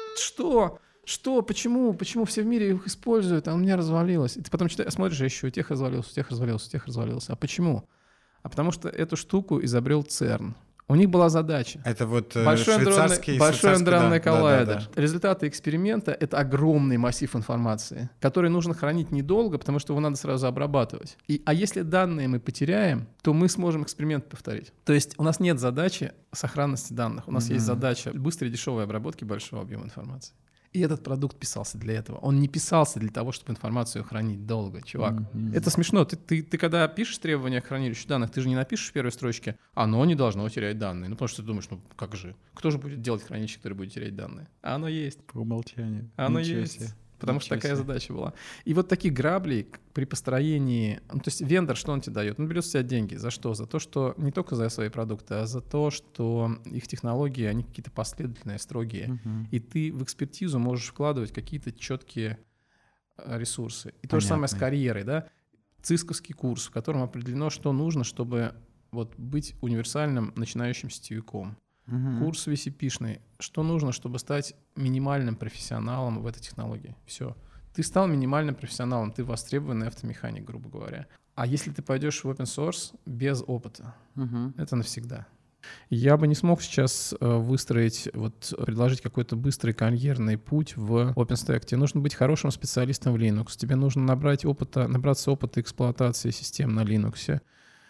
что? Что? Почему? Почему все в мире их используют, а у меня развалилось? И ты потом читаешь, смотришь, еще у тех развалился, у тех развалился, у тех развалился. А почему? А потому что эту штуку изобрел церн. У них была задача. Это вот большой швейцарский... Большой андронный да, коллайдер. Да, да, да. Результаты эксперимента — это огромный массив информации, который нужно хранить недолго, потому что его надо сразу обрабатывать. И, а если данные мы потеряем, то мы сможем эксперимент повторить. То есть у нас нет задачи сохранности данных. У нас mm-hmm. есть задача быстрой и дешевой обработки большого объема информации. И этот продукт писался для этого. Он не писался для того, чтобы информацию хранить долго, чувак. Mm-hmm. Это смешно. Ты, ты, ты когда пишешь требования к хранилищу данных, ты же не напишешь в первой строчке, оно не должно терять данные. Ну, потому что ты думаешь, ну как же? Кто же будет делать хранилище, которое будет терять данные? А оно есть. По умолчанию. Оно Ничего есть. Себе. Потому Ничего что такая себе. задача была. И вот такие грабли при построении... Ну, то есть вендор, что он тебе дает? Он берет с тебя деньги. За что? За то, что не только за свои продукты, а за то, что их технологии, они какие-то последовательные, строгие. Uh-huh. И ты в экспертизу можешь вкладывать какие-то четкие ресурсы. И Понятно. То же самое с карьерой. Да? Цисковский курс, в котором определено, что нужно, чтобы вот, быть универсальным начинающим сетевиком. Uh-huh. Курс ви си пи-шный. Что нужно, чтобы стать минимальным профессионалом в этой технологии? Все. Ты стал минимальным профессионалом, ты востребованный автомеханик, грубо говоря. А если ты пойдешь в open source без опыта, uh-huh. это навсегда. Я бы не смог сейчас выстроить, вот, предложить какой-то быстрый карьерный путь в OpenStack. Тебе нужно быть хорошим специалистом в Linux. Тебе нужно набрать опыта, набраться опыта эксплуатации систем на Linux,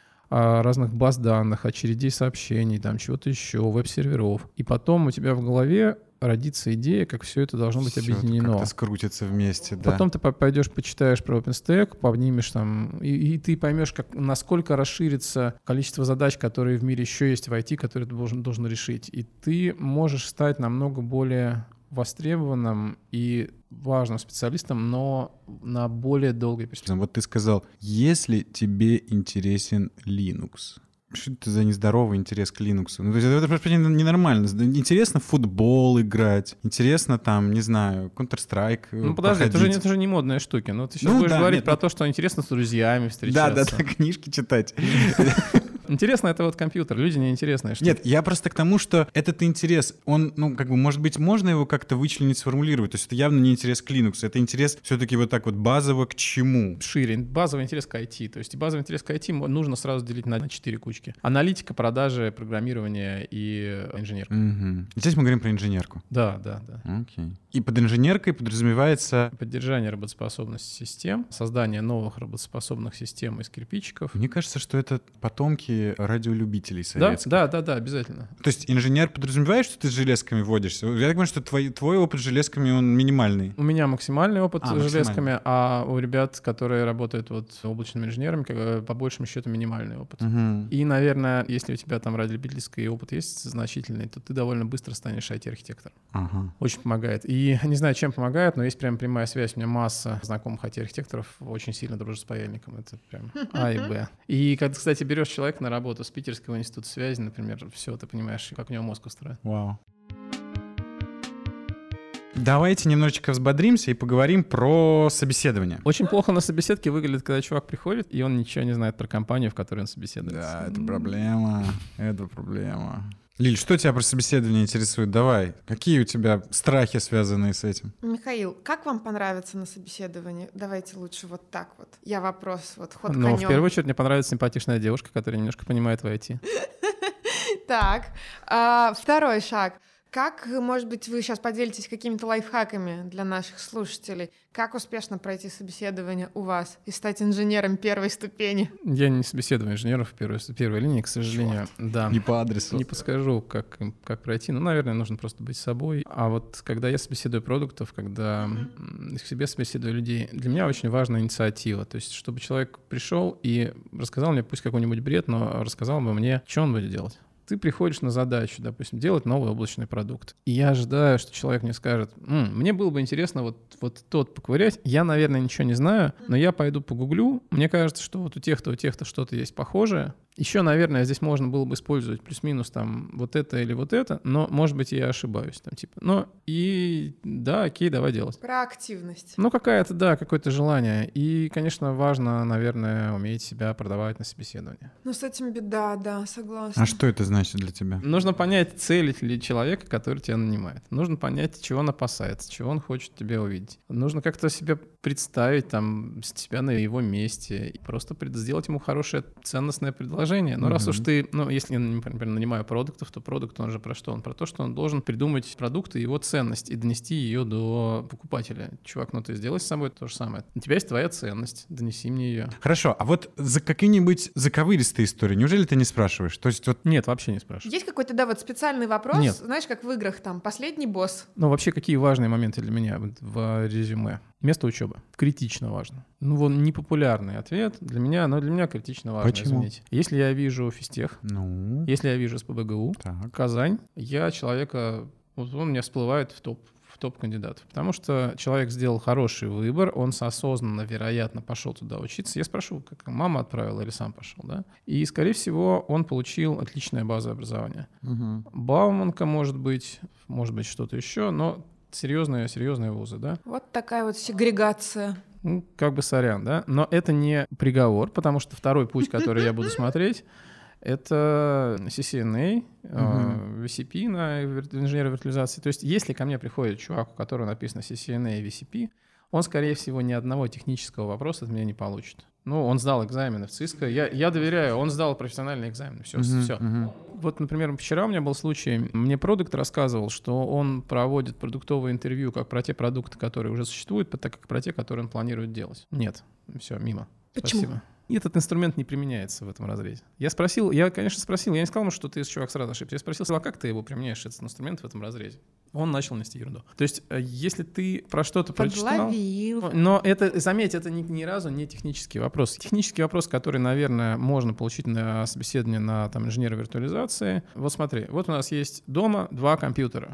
разных баз данных, очередей сообщений, там чего-то еще, веб-серверов. И потом у тебя в голове родится идея, как все это должно быть все объединено. Как-то скрутится вместе, да. Потом ты пойдешь, почитаешь про OpenStack, поднимешь там, и, и ты поймешь, как, насколько расширится количество задач, которые в мире еще есть в ай ти, которые ты должен, должен решить. И ты можешь стать намного более востребованным и важным специалистом, но на более долгой перспективе. Вот ты сказал, если тебе интересен Linux. Что это за нездоровый интерес к Linux? Ну, то есть это просто ненормально. Интересно в футбол играть, интересно там, не знаю, Counter-Strike. Ну подожди, это же, это же не модные штуки. Но ты сейчас ну, будешь да, говорить нет, про нет. то, что интересно с друзьями встречаться. Да, да, да, книжки читать. Интересно, это вот компьютер, люди неинтересные. Что Нет, я просто к тому, что этот интерес, он, ну, как бы, может быть, можно его как-то вычленить, сформулировать. То есть это явно не интерес к Linux, это интерес все-таки вот так вот базово к чему? Шире. Базовый интерес к ай ти. То есть базовый интерес к ай ти нужно сразу делить на четыре кучки. Аналитика, продажи, программирование и инженерка. Угу. Здесь мы говорим про инженерку. Да, да, да. Окей. И под инженеркой подразумевается... Поддержание работоспособности систем, создание новых работоспособных систем из кирпичиков. Мне кажется, что это потомки радиолюбителей советских. Да, да, да, да, обязательно. То есть инженер подразумевает, что ты с железками водишься? Я так понимаю, что твой, твой опыт с железками, он минимальный. У меня максимальный опыт а, с железками, а у ребят, которые работают вот облачными инженерами, как, по большему счету минимальный опыт. Угу. И, наверное, если у тебя там радиолюбительский опыт есть значительный, то ты довольно быстро станешь ай ти-архитектором. Ага. Очень помогает. И не знаю, чем помогает, но есть прям прямая связь. У меня масса знакомых ай ти-архитекторов очень сильно дружат с паяльником. Это прям А и Б. И когда, кстати, берешь человека на работу с Питерского института связи, например, все, ты понимаешь, как у него мозг устроен. Вау. Давайте немножечко взбодримся и поговорим про собеседование. Очень плохо на собеседке выглядит, когда чувак приходит, и он ничего не знает про компанию, в которой он собеседуется. Да, это проблема. Это проблема. Лиль, что тебя про собеседование интересует? Давай. Какие у тебя страхи, связанные с этим? Михаил, как вам понравится на собеседовании? Давайте лучше вот так вот. Я вопрос, вот ход конем. Ну, в первую очередь, мне понравится симпатичная девушка, которая немножко понимает в ай ти. Так, второй шаг. Как, может быть, вы сейчас поделитесь какими-то лайфхаками для наших слушателей? Как успешно пройти собеседование у вас и стать инженером первой ступени? Я не собеседую инженеров в первой, первой линии, к сожалению. Да. Не по адресу. Не подскажу, как, как пройти. Ну, наверное, нужно просто быть собой. А вот когда я собеседую продуктов, когда mm-hmm. к себе собеседую людей, для меня очень важна инициатива. То есть, чтобы человек пришел и рассказал мне, пусть какой-нибудь бред, но рассказал бы мне, что он будет делать. Ты приходишь на задачу, допустим, делать новый облачный продукт. И я ожидаю, что человек мне скажет, М, мне было бы интересно вот, вот тот поковырять. Я, наверное, ничего не знаю, но я пойду погуглю. Мне кажется, что вот у тех-то, у тех-то что-то есть похожее. Еще, наверное, здесь можно было бы использовать плюс-минус там вот это или вот это, но, может быть, я ошибаюсь. Там, типа. Но и да, окей, давай делать. Про активность. Ну, какая-то, да, какое-то желание. И, конечно, важно, наверное, уметь себя продавать на собеседовании. Ну, с этим беда, да, согласна. А что это значит для тебя? Нужно понять цель ли человека, который тебя нанимает. Нужно понять, чего он опасается, чего он хочет тебя увидеть. Нужно как-то себе представить там себя на его месте и просто сделать ему хорошее ценностное предложение. Но mm-hmm. раз уж ты, ну, если я, например, нанимаю продуктов, то продукт, он же про что? Он про то, что он должен придумать продукт и его ценность и донести ее до покупателя. Чувак, ну ты сделай с собой то же самое. У тебя есть твоя ценность, донеси мне ее. Хорошо, а вот за какие-нибудь заковыристые истории, неужели ты не спрашиваешь? То есть вот... Нет, вообще не спрашиваю. Есть какой-то, да, вот специальный вопрос? Нет. Знаешь, как в играх там, последний босс. Ну, вообще, какие важные моменты для меня в резюме? Место учебы. Критично важно. Ну, вон непопулярный ответ для меня, но для меня критично важно. Почему? Извините. Если я вижу физтех, ну? если я вижу СПбГУ, так. Казань, я человека, вот он у меня всплывает в топ, в топ кандидатов. Потому что человек сделал хороший выбор, он осознанно, вероятно, пошел туда учиться. Я спрошу, как мама отправила или сам пошел, да? И, скорее всего, он получил отличное базовое образование. Угу. Бауманка, может быть, может быть, что-то еще, но серьезные, серьезные вузы, да? Вот такая вот сегрегация. Ну, как бы сорян, да? Но это не приговор, потому что второй путь, который я буду смотреть, это си си эн эй, uh-huh. ви си пи на инженера виртуализации. То есть если ко мне приходит чувак, у которого написано си си эн эй и ви си пи, он, скорее всего, ни одного технического вопроса от меня не получит. Ну, он сдал экзамены в ЦИСКО. Я, я доверяю, он сдал профессиональный экзамен. Все, uh-huh, все. Uh-huh. Вот, например, вчера у меня был случай, мне продукт рассказывал, что он проводит продуктовое интервью как про те продукты, которые уже существуют, так как про те, которые он планирует делать. Нет, все, мимо. Почему? Спасибо. Этот инструмент не применяется в этом разрезе. Я спросил, я, конечно, спросил, я не сказал ему, что ты, чувак, сразу ошибся. Я спросил, а как ты его применяешь, этот инструмент в этом разрезе? Он начал нести ерунду. То есть, если ты про что-то прочитал... Но это, заметь, это ни, ни разу не технический вопрос. Технический вопрос, который, наверное, можно получить на собеседовании на там, инженера виртуализации. Вот смотри, вот у нас есть дома два компьютера.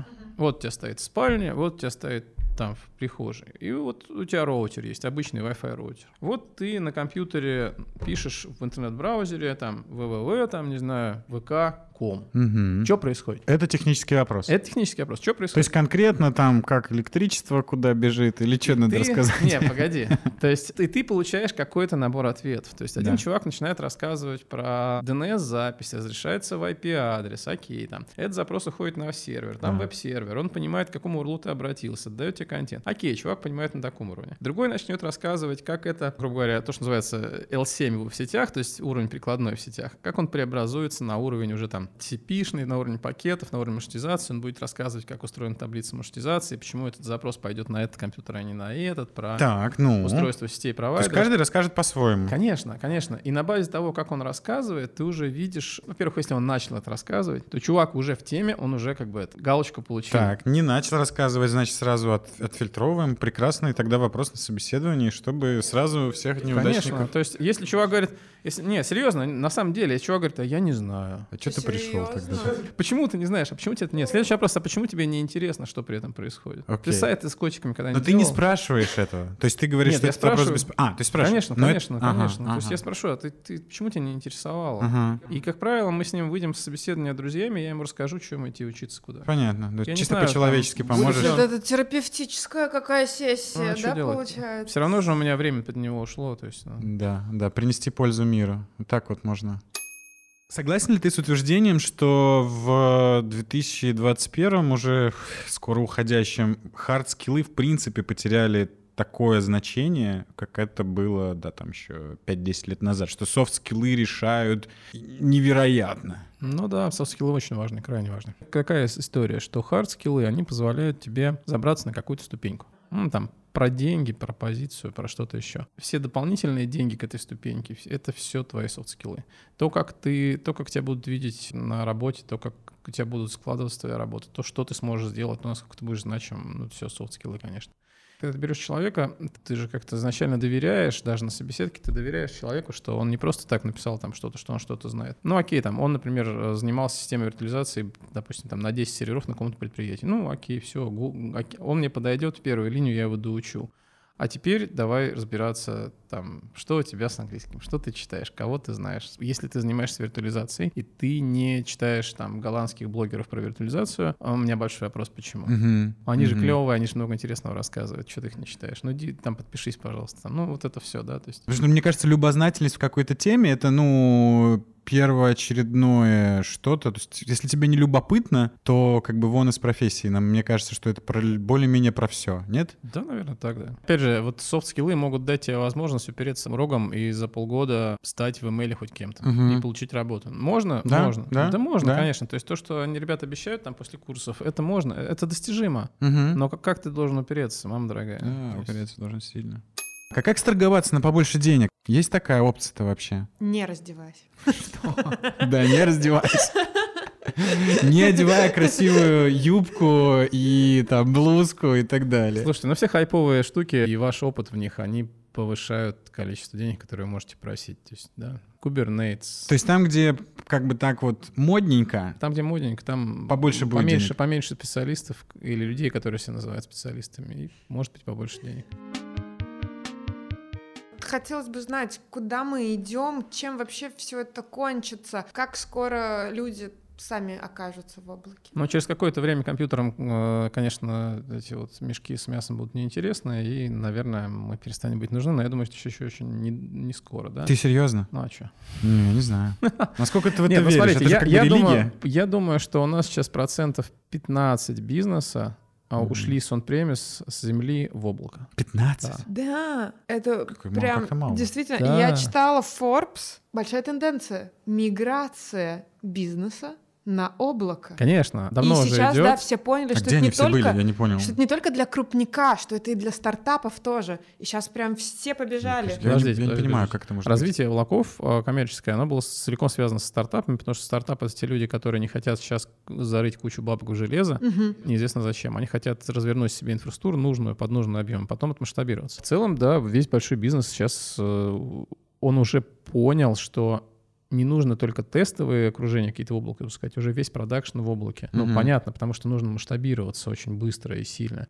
Вот у тебя стоит спальня, вот у тебя стоит там в прихожей. И вот у тебя роутер есть, обычный Wi-Fi роутер. Вот ты на компьютере пишешь в интернет-браузере, там, www, там, не знаю, вэ ка точка ком. Угу. Что происходит? Это технический вопрос. Это технический вопрос. Что происходит? То есть конкретно там как электричество куда бежит или что надо ты... рассказать? Не, погоди. То есть и ты получаешь какой-то набор ответов. То есть один Да. чувак начинает рассказывать про ди эн эс-запись, разрешается в ай пи-адрес, окей, там. Этот запрос уходит на сервер, там Ага. веб-сервер, он понимает, к какому урлу ты обратился, отдает тебе контент. Окей, чувак понимает на таком уровне. Другой начнет рассказывать, как это, грубо говоря, то, что называется эл семь в сетях, то есть уровень прикладной в сетях, как он преобразуется на уровень уже там ти си пи-шный, на уровне пакетов, на уровне маршрутизации. Он будет рассказывать, как устроена таблица маршрутизации, почему этот запрос пойдет на этот компьютер, а не на этот, про Так, ну. устройство сетей То провайдеров. есть каждый расскажет по-своему. Конечно, конечно. И на базе того, как он рассказывает, ты уже видишь... Во-первых, если он начал это рассказывать, то чувак уже в теме, он уже как бы это, галочку получил. Так, не начал рассказывать, значит, сразу от, отфильтровываем. Прекрасно. И тогда вопрос на собеседовании, чтобы сразу всех неудачников... Конечно. То есть если чувак говорит... Если, не, серьезно, на самом деле, если чувак говорит, а я не знаю. А что ты пришел тогда? Почему ты не знаешь? А почему тебе это нет? Следующий вопрос, а почему тебе не интересно, что при этом происходит? Окей. Ты сайты с котиками когда-нибудь Но ты не делал? спрашиваешь этого. То есть ты говоришь, Нет, что я это вопрос спрашиваю. без... А, ты спрашиваешь. Конечно, Но конечно, это- Ага, конечно. То есть ага. я спрашиваю, а ты, ты почему тебя не интересовало? Ага. И, как правило, мы с ним выйдем с собеседования друзьями, я ему расскажу, чем идти учиться куда. Понятно. То есть Я не чисто знаю, по-человечески там, поможешь. будет ли Вот это терапевтическая какая сессия, Ну, а что да, делать? получается? Все равно же у меня время под него ушло. То есть, ну. Да, да, принести пользу миру. Вот так вот можно. Согласен ли ты с утверждением, что в две тысячи двадцать первом, уже скоро уходящем, хард-скиллы в принципе потеряли такое значение, как это было, да, там еще пять-десять лет назад, что софт-скиллы решают невероятно. Ну да, софт-скиллы очень важны, крайне важны. Какая история, что хард-скиллы, они позволяют тебе забраться на какую-то ступеньку. Ну, там, про деньги, про позицию, про что-то еще. Все дополнительные деньги к этой ступеньке, это все твои софт-скиллы. То, как ты, то, как тебя будут видеть на работе, то, как у тебя будут складываться твоя работа, то, что ты сможешь сделать, то, насколько ты будешь значим, ну, все софт-скиллы, конечно. Когда ты берешь человека, ты же как-то изначально доверяешь, даже на собеседке ты доверяешь человеку, что он не просто так написал там что-то, что он что-то знает. Ну окей, там он, например, занимался системой виртуализации, допустим, там на десять серверов на каком-то предприятии. Ну окей, все, он мне подойдет в первую линию, я его доучу. А теперь давай разбираться, там, что у тебя с английским, что ты читаешь, кого ты знаешь. Если ты занимаешься виртуализацией, и ты не читаешь там голландских блогеров про виртуализацию, у меня большой вопрос, почему. Угу. Они же Мгм. клевые, они же много интересного рассказывают. Что ты их не читаешь? Ну, иди там подпишись, пожалуйста. Там, ну, вот это все, да. То есть... Потому что, мне кажется, любознательность в какой-то теме — это, ну, первоочередное что-то. То есть, если тебе не любопытно, то как бы вон из профессии. Нам, мне кажется, что это про, более-менее про все, нет? Да, наверное, так, да. Опять же, вот софт-скиллы могут дать тебе возможность упереться рогом и за полгода стать в имейле хоть кем-то Мгм. и получить работу. Можно? Да, Можно. да, Да, можно, да. конечно. То есть то, что они, ребята, обещают там после курсов, это можно, это достижимо. Угу. Но как, как ты должен упереться, мама дорогая? Да, То есть- упереться должен сильно. А как сторговаться на побольше денег? Есть такая опция-то вообще? Не раздевайся. Да, не раздевайся. Не одевая красивую юбку и там блузку и так далее. Слушайте, ну все хайповые штуки и ваш опыт в них, они повышают количество денег, которые вы можете просить. То есть, да, Kubernetes. То есть там, где как бы так вот модненько, Там, где модненько, там Побольше будет поменьше, денег. поменьше специалистов или людей, которые себя называют специалистами, и может быть побольше денег. Хотелось бы знать, куда мы идем, чем вообще все это кончится, как скоро люди сами окажутся в облаке. Но через какое-то время компьютерам, э, конечно, эти вот мешки с мясом будут неинтересны, и, наверное, мы перестанем быть нужны, но я думаю, что еще очень не, не скоро, да? ты серьезно? Ну а что? Не, я не знаю. Насколько ты в это Нет, ну веришь? смотрите, Это же я, как бы я религия. думаю, я думаю, что у нас сейчас процентов пятнадцать бизнеса а, Мгм. ушли с он-премис, с земли в облако. пятнадцать? Да. Да, это Какой мало, прям как-то мало. действительно. Да. Я читала Forbes, большая тенденция, миграция бизнеса на облако. Конечно, давно и уже сейчас, идет. да, все поняли, А что где это они не все только, были? Я не понял. что это не только для крупника, что это и для стартапов тоже. И сейчас прям все побежали. Я не, Подождите, я не подождите, понимаю, подождите. как это может Развитие облаков э, коммерческое, оно было целиком связано с стартапами, потому что стартапы — это те люди, которые не хотят сейчас зарыть кучу бабок в железо, Мгм. неизвестно зачем. Они хотят развернуть себе инфраструктуру нужную, под нужным объемом, потом отмасштабироваться. В целом, да, весь большой бизнес сейчас, э, он уже понял, что не нужно только тестовые окружения какие-то в облаке запускать, уже весь продакшн в облаке. Ну, Мгм. понятно, потому что нужно масштабироваться очень быстро и сильно.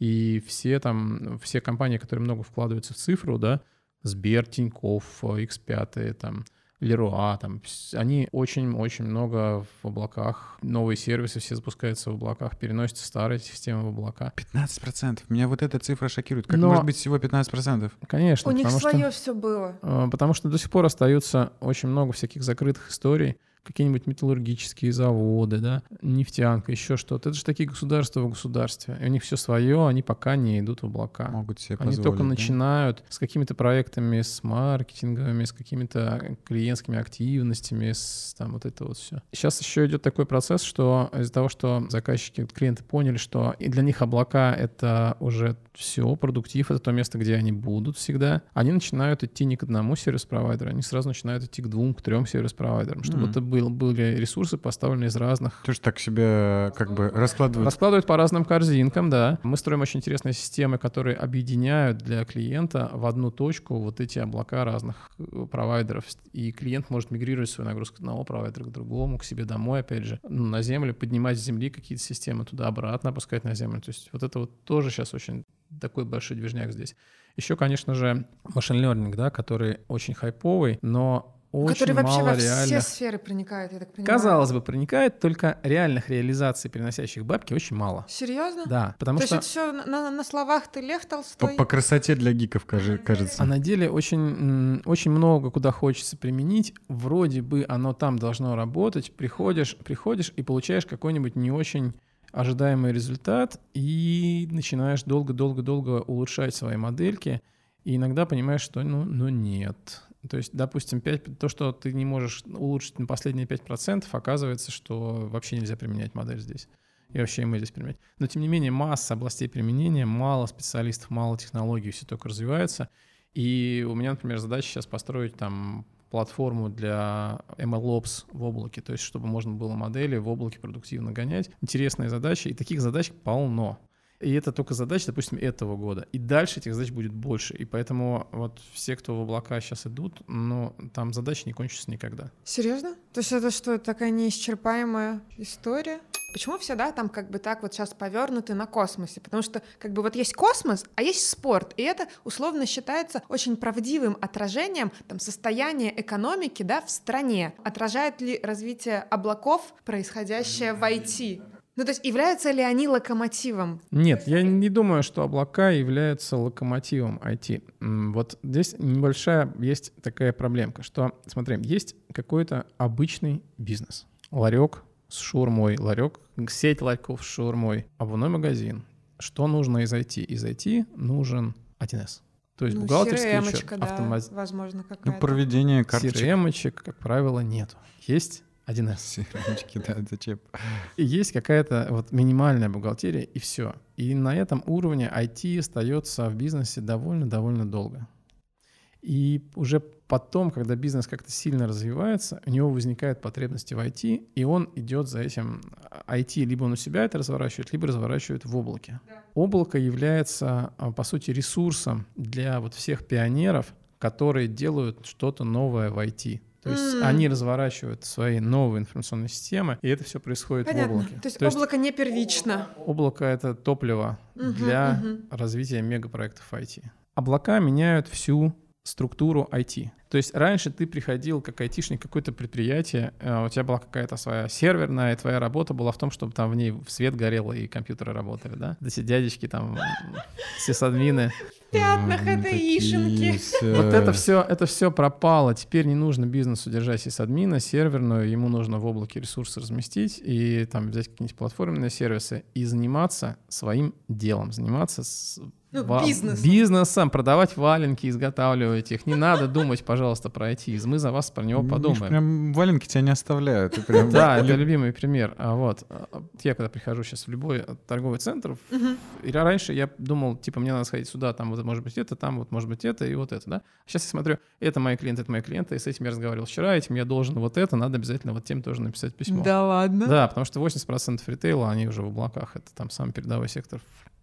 И все там, все компании, которые много вкладываются в цифру, да, Сбер, Тинькофф, икс пять, там, Леруа, там, вс- они очень-очень много в облаках, новые сервисы все запускаются в облаках, переносятся старые системы в облака. пятнадцать процентов. Меня вот эта цифра шокирует. Как Но- может быть всего пятнадцать процентов? Конечно, У них потому что... свое все было. Э, Потому что до сих пор остаются очень много всяких закрытых историй, какие-нибудь металлургические заводы, да, нефтянка, еще что-то. Это же такие государства в государстве. И у них все свое, они пока не идут в облака. Могут себе Они позволить. только да? начинают с какими-то проектами, с маркетинговыми, с какими-то клиентскими активностями, с там вот это вот все. Сейчас еще идет такой процесс, что из-за того, что заказчики, клиенты поняли, что и для них облака — это уже все, продуктив — это то место, где они будут всегда, они начинают идти не к одному сервис-провайдеру, они сразу начинают идти к двум, к трем сервис-провайдерам, чтобы Мгм. это был, были ресурсы, поставленные из разных. Тоже так себе как бы раскладывают. Раскладывают по разным корзинкам, да. Мы строим очень интересные системы, которые объединяют для клиента в одну точку вот эти облака разных э, провайдеров. И клиент может мигрировать свою нагрузку от одного провайдера к другому, к себе домой, опять же, ну, на землю, поднимать с земли какие-то системы туда-обратно, опускать на землю. То есть вот это вот тоже сейчас очень такой большой движняк здесь. Еще, конечно же, машин learning, да, который очень хайповый, но очень Который вообще мало во все реальных... сферы проникает, я так понимаю. Казалось бы, проникает, только реальных реализаций, приносящих бабки, очень мало. Серьезно? Да, потому То что... есть это все на, на- на словах ты Лев По, Толстой? по красоте для гиков, кажи- кажется. А на деле очень, м, очень много куда хочется применить. Вроде бы оно там должно работать. Приходишь, приходишь и получаешь какой-нибудь не очень ожидаемый результат и начинаешь долго-долго-долго улучшать свои модельки. И иногда понимаешь, что ну, ну нет. То есть, допустим, пять, то, что ты не можешь улучшить на последние пять процентов, оказывается, что вообще нельзя применять модель здесь. И вообще мы здесь применять. Но, тем не менее, масса областей применения, мало специалистов, мало технологий, все только развивается. И у меня, например, задача сейчас построить там платформу для эм эл-Ops в облаке, то есть чтобы можно было модели в облаке продуктивно гонять. Интересные задачи, и таких задач полно. И это только задачи, допустим, этого года. И дальше этих задач будет больше. И поэтому вот все, кто в облака сейчас идут, ну, там задачи не кончатся никогда. Серьезно? То есть это что, такая неисчерпаемая история? Почему все, да, там как бы так вот сейчас повернуты на космосе? Потому что как бы вот есть космос, а есть спорт, и это условно считается очень правдивым отражением там состояния экономики, да, в стране. Отражает ли развитие облаков происходящее в ай ти? Ну, то есть являются ли они локомотивом? Нет, я не думаю, что облака являются локомотивом ай ти. М, Вот здесь небольшая есть такая проблемка, что, смотри, есть какой-то обычный бизнес. Ларек с шаурмой, ларек, сеть ларьков с шаурмой, обувной магазин. Что нужно из ай ти? Из ай ти нужен один эс. То есть Ну, бухгалтерский учет, си эр эм-очка, да, автомат... возможно, Ну, какая-то. проведение си карточек. эр эм-очек, как правило, нету. Есть один эс. Сиреночки, да, зачем? И есть какая-то вот минимальная бухгалтерия, и все. И на этом уровне ай ти остается в бизнесе довольно-довольно долго. И уже потом, когда бизнес как-то сильно развивается, у него возникают потребности в ай ти, и он идет за этим ай ти. Либо он у себя это разворачивает, либо разворачивает в облаке. Да. Облако является, по сути, ресурсом для вот всех пионеров, которые делают что-то новое в ай ти. То есть mm. они разворачивают свои новые информационные системы, и это все происходит Понятно. в облаке. То есть, То есть облако не первично. Облако — это топливо uh-huh, для uh-huh. развития мегапроектов ай ти. Облака меняют всю структуру ай ти. То есть раньше ты приходил как айтишник в какое-то предприятие, у тебя была какая-то своя серверная, и твоя работа была в том, чтобы там в ней свет горел и компьютеры работали, да? Эти дядечки там, сисадмины. В пятнах это ишенки. Вот это все, это все пропало. Теперь не нужно бизнесу держать сисадмина, серверную, ему нужно в облаке ресурсы разместить и там взять какие-нибудь платформенные сервисы и заниматься своим делом, заниматься с Ну, Ва- бизнесом. бизнесом, продавать валенки, изготавливать их. Не надо думать, пожалуйста, про ай ти. Мы за вас про него подумаем. Прям валенки тебя не оставляют. Ты прям... Да, это любимый пример. А вот я когда прихожу сейчас в любой торговый центр, и раньше я думал, типа, мне надо сходить сюда, там вот может быть это, там вот может быть это и вот это, да. Сейчас я смотрю, это мои клиенты, это мои клиенты, и с этим я разговаривал вчера, этим я должен вот это, надо обязательно вот тем тоже написать письмо. Да ладно? Да, потому что восемьдесят процентов ритейла, они уже в облаках, это там самый передовой сектор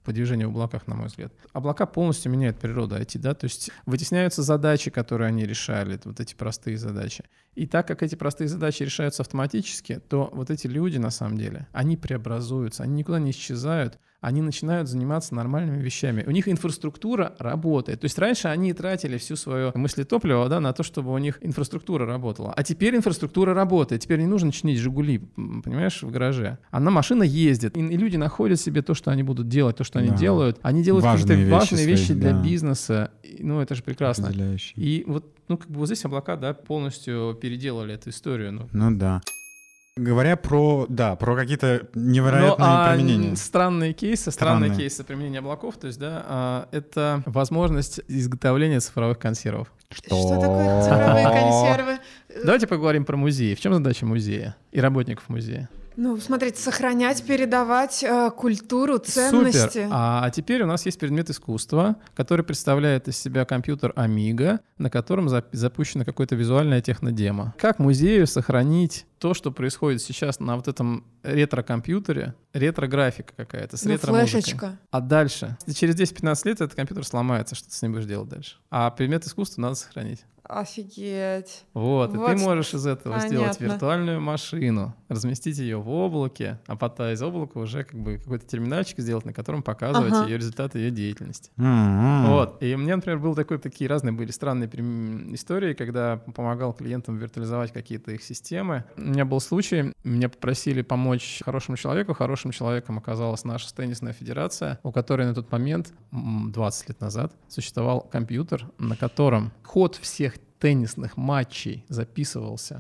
по движению в облаках, на мой взгляд. Облака полностью меняют природу ай ти, да, то есть вытесняются задачи, которые они решали, вот эти простые задачи. И так как эти простые задачи решаются автоматически, то вот эти люди, на самом деле, они преобразуются, они никуда не исчезают, они начинают заниматься нормальными вещами. У них инфраструктура работает. То есть раньше они тратили всю свое мыслетопливо, да, на то, чтобы у них инфраструктура работала. А теперь инфраструктура работает. Теперь не нужно чинить «Жигули», понимаешь, в гараже. Она, машина ездит. И, и люди находят себе то, что они будут делать, то, что они да. делают. Они делают важные какие-то вещи важные вещи свои, для да. бизнеса. Ну, это же прекрасно. И вот, ну, как бы вот здесь облака, да, полностью переделали эту историю. Ну, ну да. Говоря про, да, про какие-то невероятные ну, а применения. Странные кейсы, странные. странные кейсы применения облаков, то есть, да, это возможность изготовления цифровых консервов. Что, Что такое цифровые консервы? Давайте поговорим про музеи. В чем задача музея и работников музея? Ну, смотрите, сохранять, передавать э, культуру, ценности. Супер. А теперь у нас есть предмет искусства, который представляет из себя компьютер Amiga, на котором зап- запущено какое-то визуальное технодемо. Как музею сохранить то, что происходит сейчас на вот этом ретро-компьютере, ретро-графика какая-то, с ну, ретро-музыкой. Флешечка. А дальше? Через десять-пятнадцать лет этот компьютер сломается, что ты с ним будешь делать дальше? А предмет искусства надо сохранить. Офигеть. Вот, вот, и ты можешь из этого понятно. сделать виртуальную машину, разместить ее в облаке, а потом из облака уже как бы какой-то терминальчик сделать, на котором показывать ага. ее результаты ее деятельности. Mm-hmm. Вот. И у меня, например, был такой, такие разные были странные истории, когда помогал клиентам виртуализовать какие-то их системы. У меня был случай, меня попросили помочь хорошему человеку. Хорошим человеком оказалась наша теннисная федерация, у которой на тот момент, двадцать лет назад, существовал компьютер, на котором ход всех теннисных матчей записывался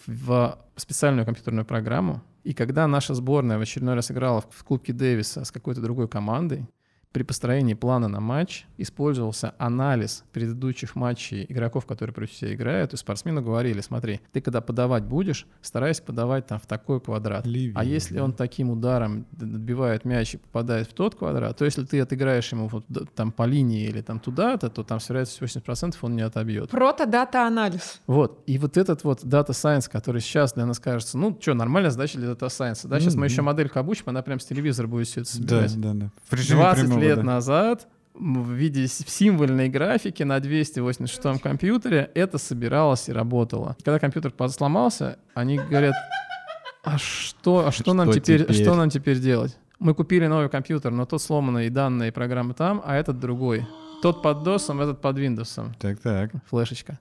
в специальную компьютерную программу. И когда наша сборная в очередной раз играла в Кубке Дэвиса с какой-то другой командой, при построении плана на матч использовался анализ предыдущих матчей игроков, которые против себя играют, и спортсмену говорили: смотри, ты когда подавать будешь, старайся подавать там в такой квадрат. Ливи, а если да. он таким ударом отбивает мяч и попадает в тот квадрат, то если ты отыграешь ему вот там по линии или там туда-то, то там с вероятностью восемьдесят процентов он не отобьет. Прото-дата-анализ. Вот. И вот этот вот Data Science, который сейчас для нас кажется, ну что, нормальная задача для Data Science. Да? Сейчас mm-hmm. мы еще модельку обучим, она прям с телевизора будет все это собирать. Да, да, да. двадцать лет да. назад в виде символьной графики на двести восемьдесят шестом компьютере это собиралось и работало. Когда компьютер сломался, они говорят: а что, а что, что, нам теперь, теперь? что нам теперь делать? Мы купили новый компьютер, но тот сломанный, и данные, и программы там, а этот другой. Тот под досом, этот под Windows. Так-так. Флешечка.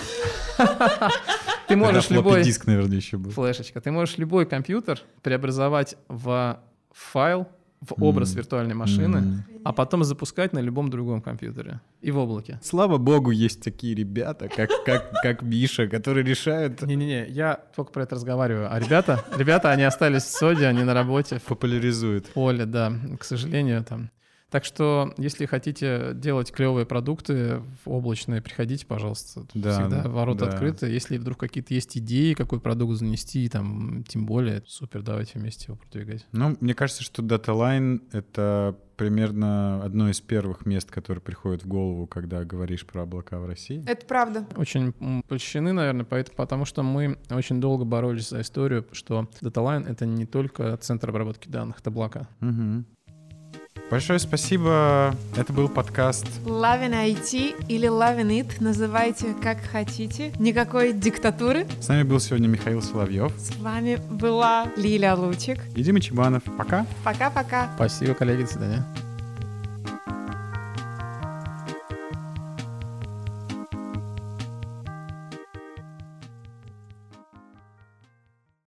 Ты можешь любой... диск, наверное, еще был. Флешечка. Ты можешь любой компьютер преобразовать в файл, в образ mm. виртуальной машины, mm. а потом запускать на любом другом компьютере и в облаке. Слава богу, есть такие ребята, как, как, как Миша, которые решают... Не-не-не, я только про это разговариваю. А ребята, ребята, они остались в СОДе, они на работе. Популяризуют. В поле, да, к сожалению, там. Так что, если хотите делать клевые продукты облачные, приходите, пожалуйста. Да, всегда да, ворота да. открыты. Если вдруг какие-то есть идеи, какой продукт занести, там, тем более, супер, давайте вместе его продвигать. Ну, мне кажется, что DataLine — это примерно одно из первых мест, которые приходят в голову, когда говоришь про облака в России. Это правда. Очень польщены, наверное, поэтому, потому что мы очень долго боролись за историю, что DataLine — это не только центр обработки данных, это облака. Угу. Большое спасибо. Это был подкаст Lovin ай ти или Lovin It. Называйте как хотите. Никакой диктатуры. С нами был сегодня Михаил Соловьев. С вами была Лиля Лучик. И Дима Чебанов. Пока. Пока-пока. Спасибо, коллеги. До свидания.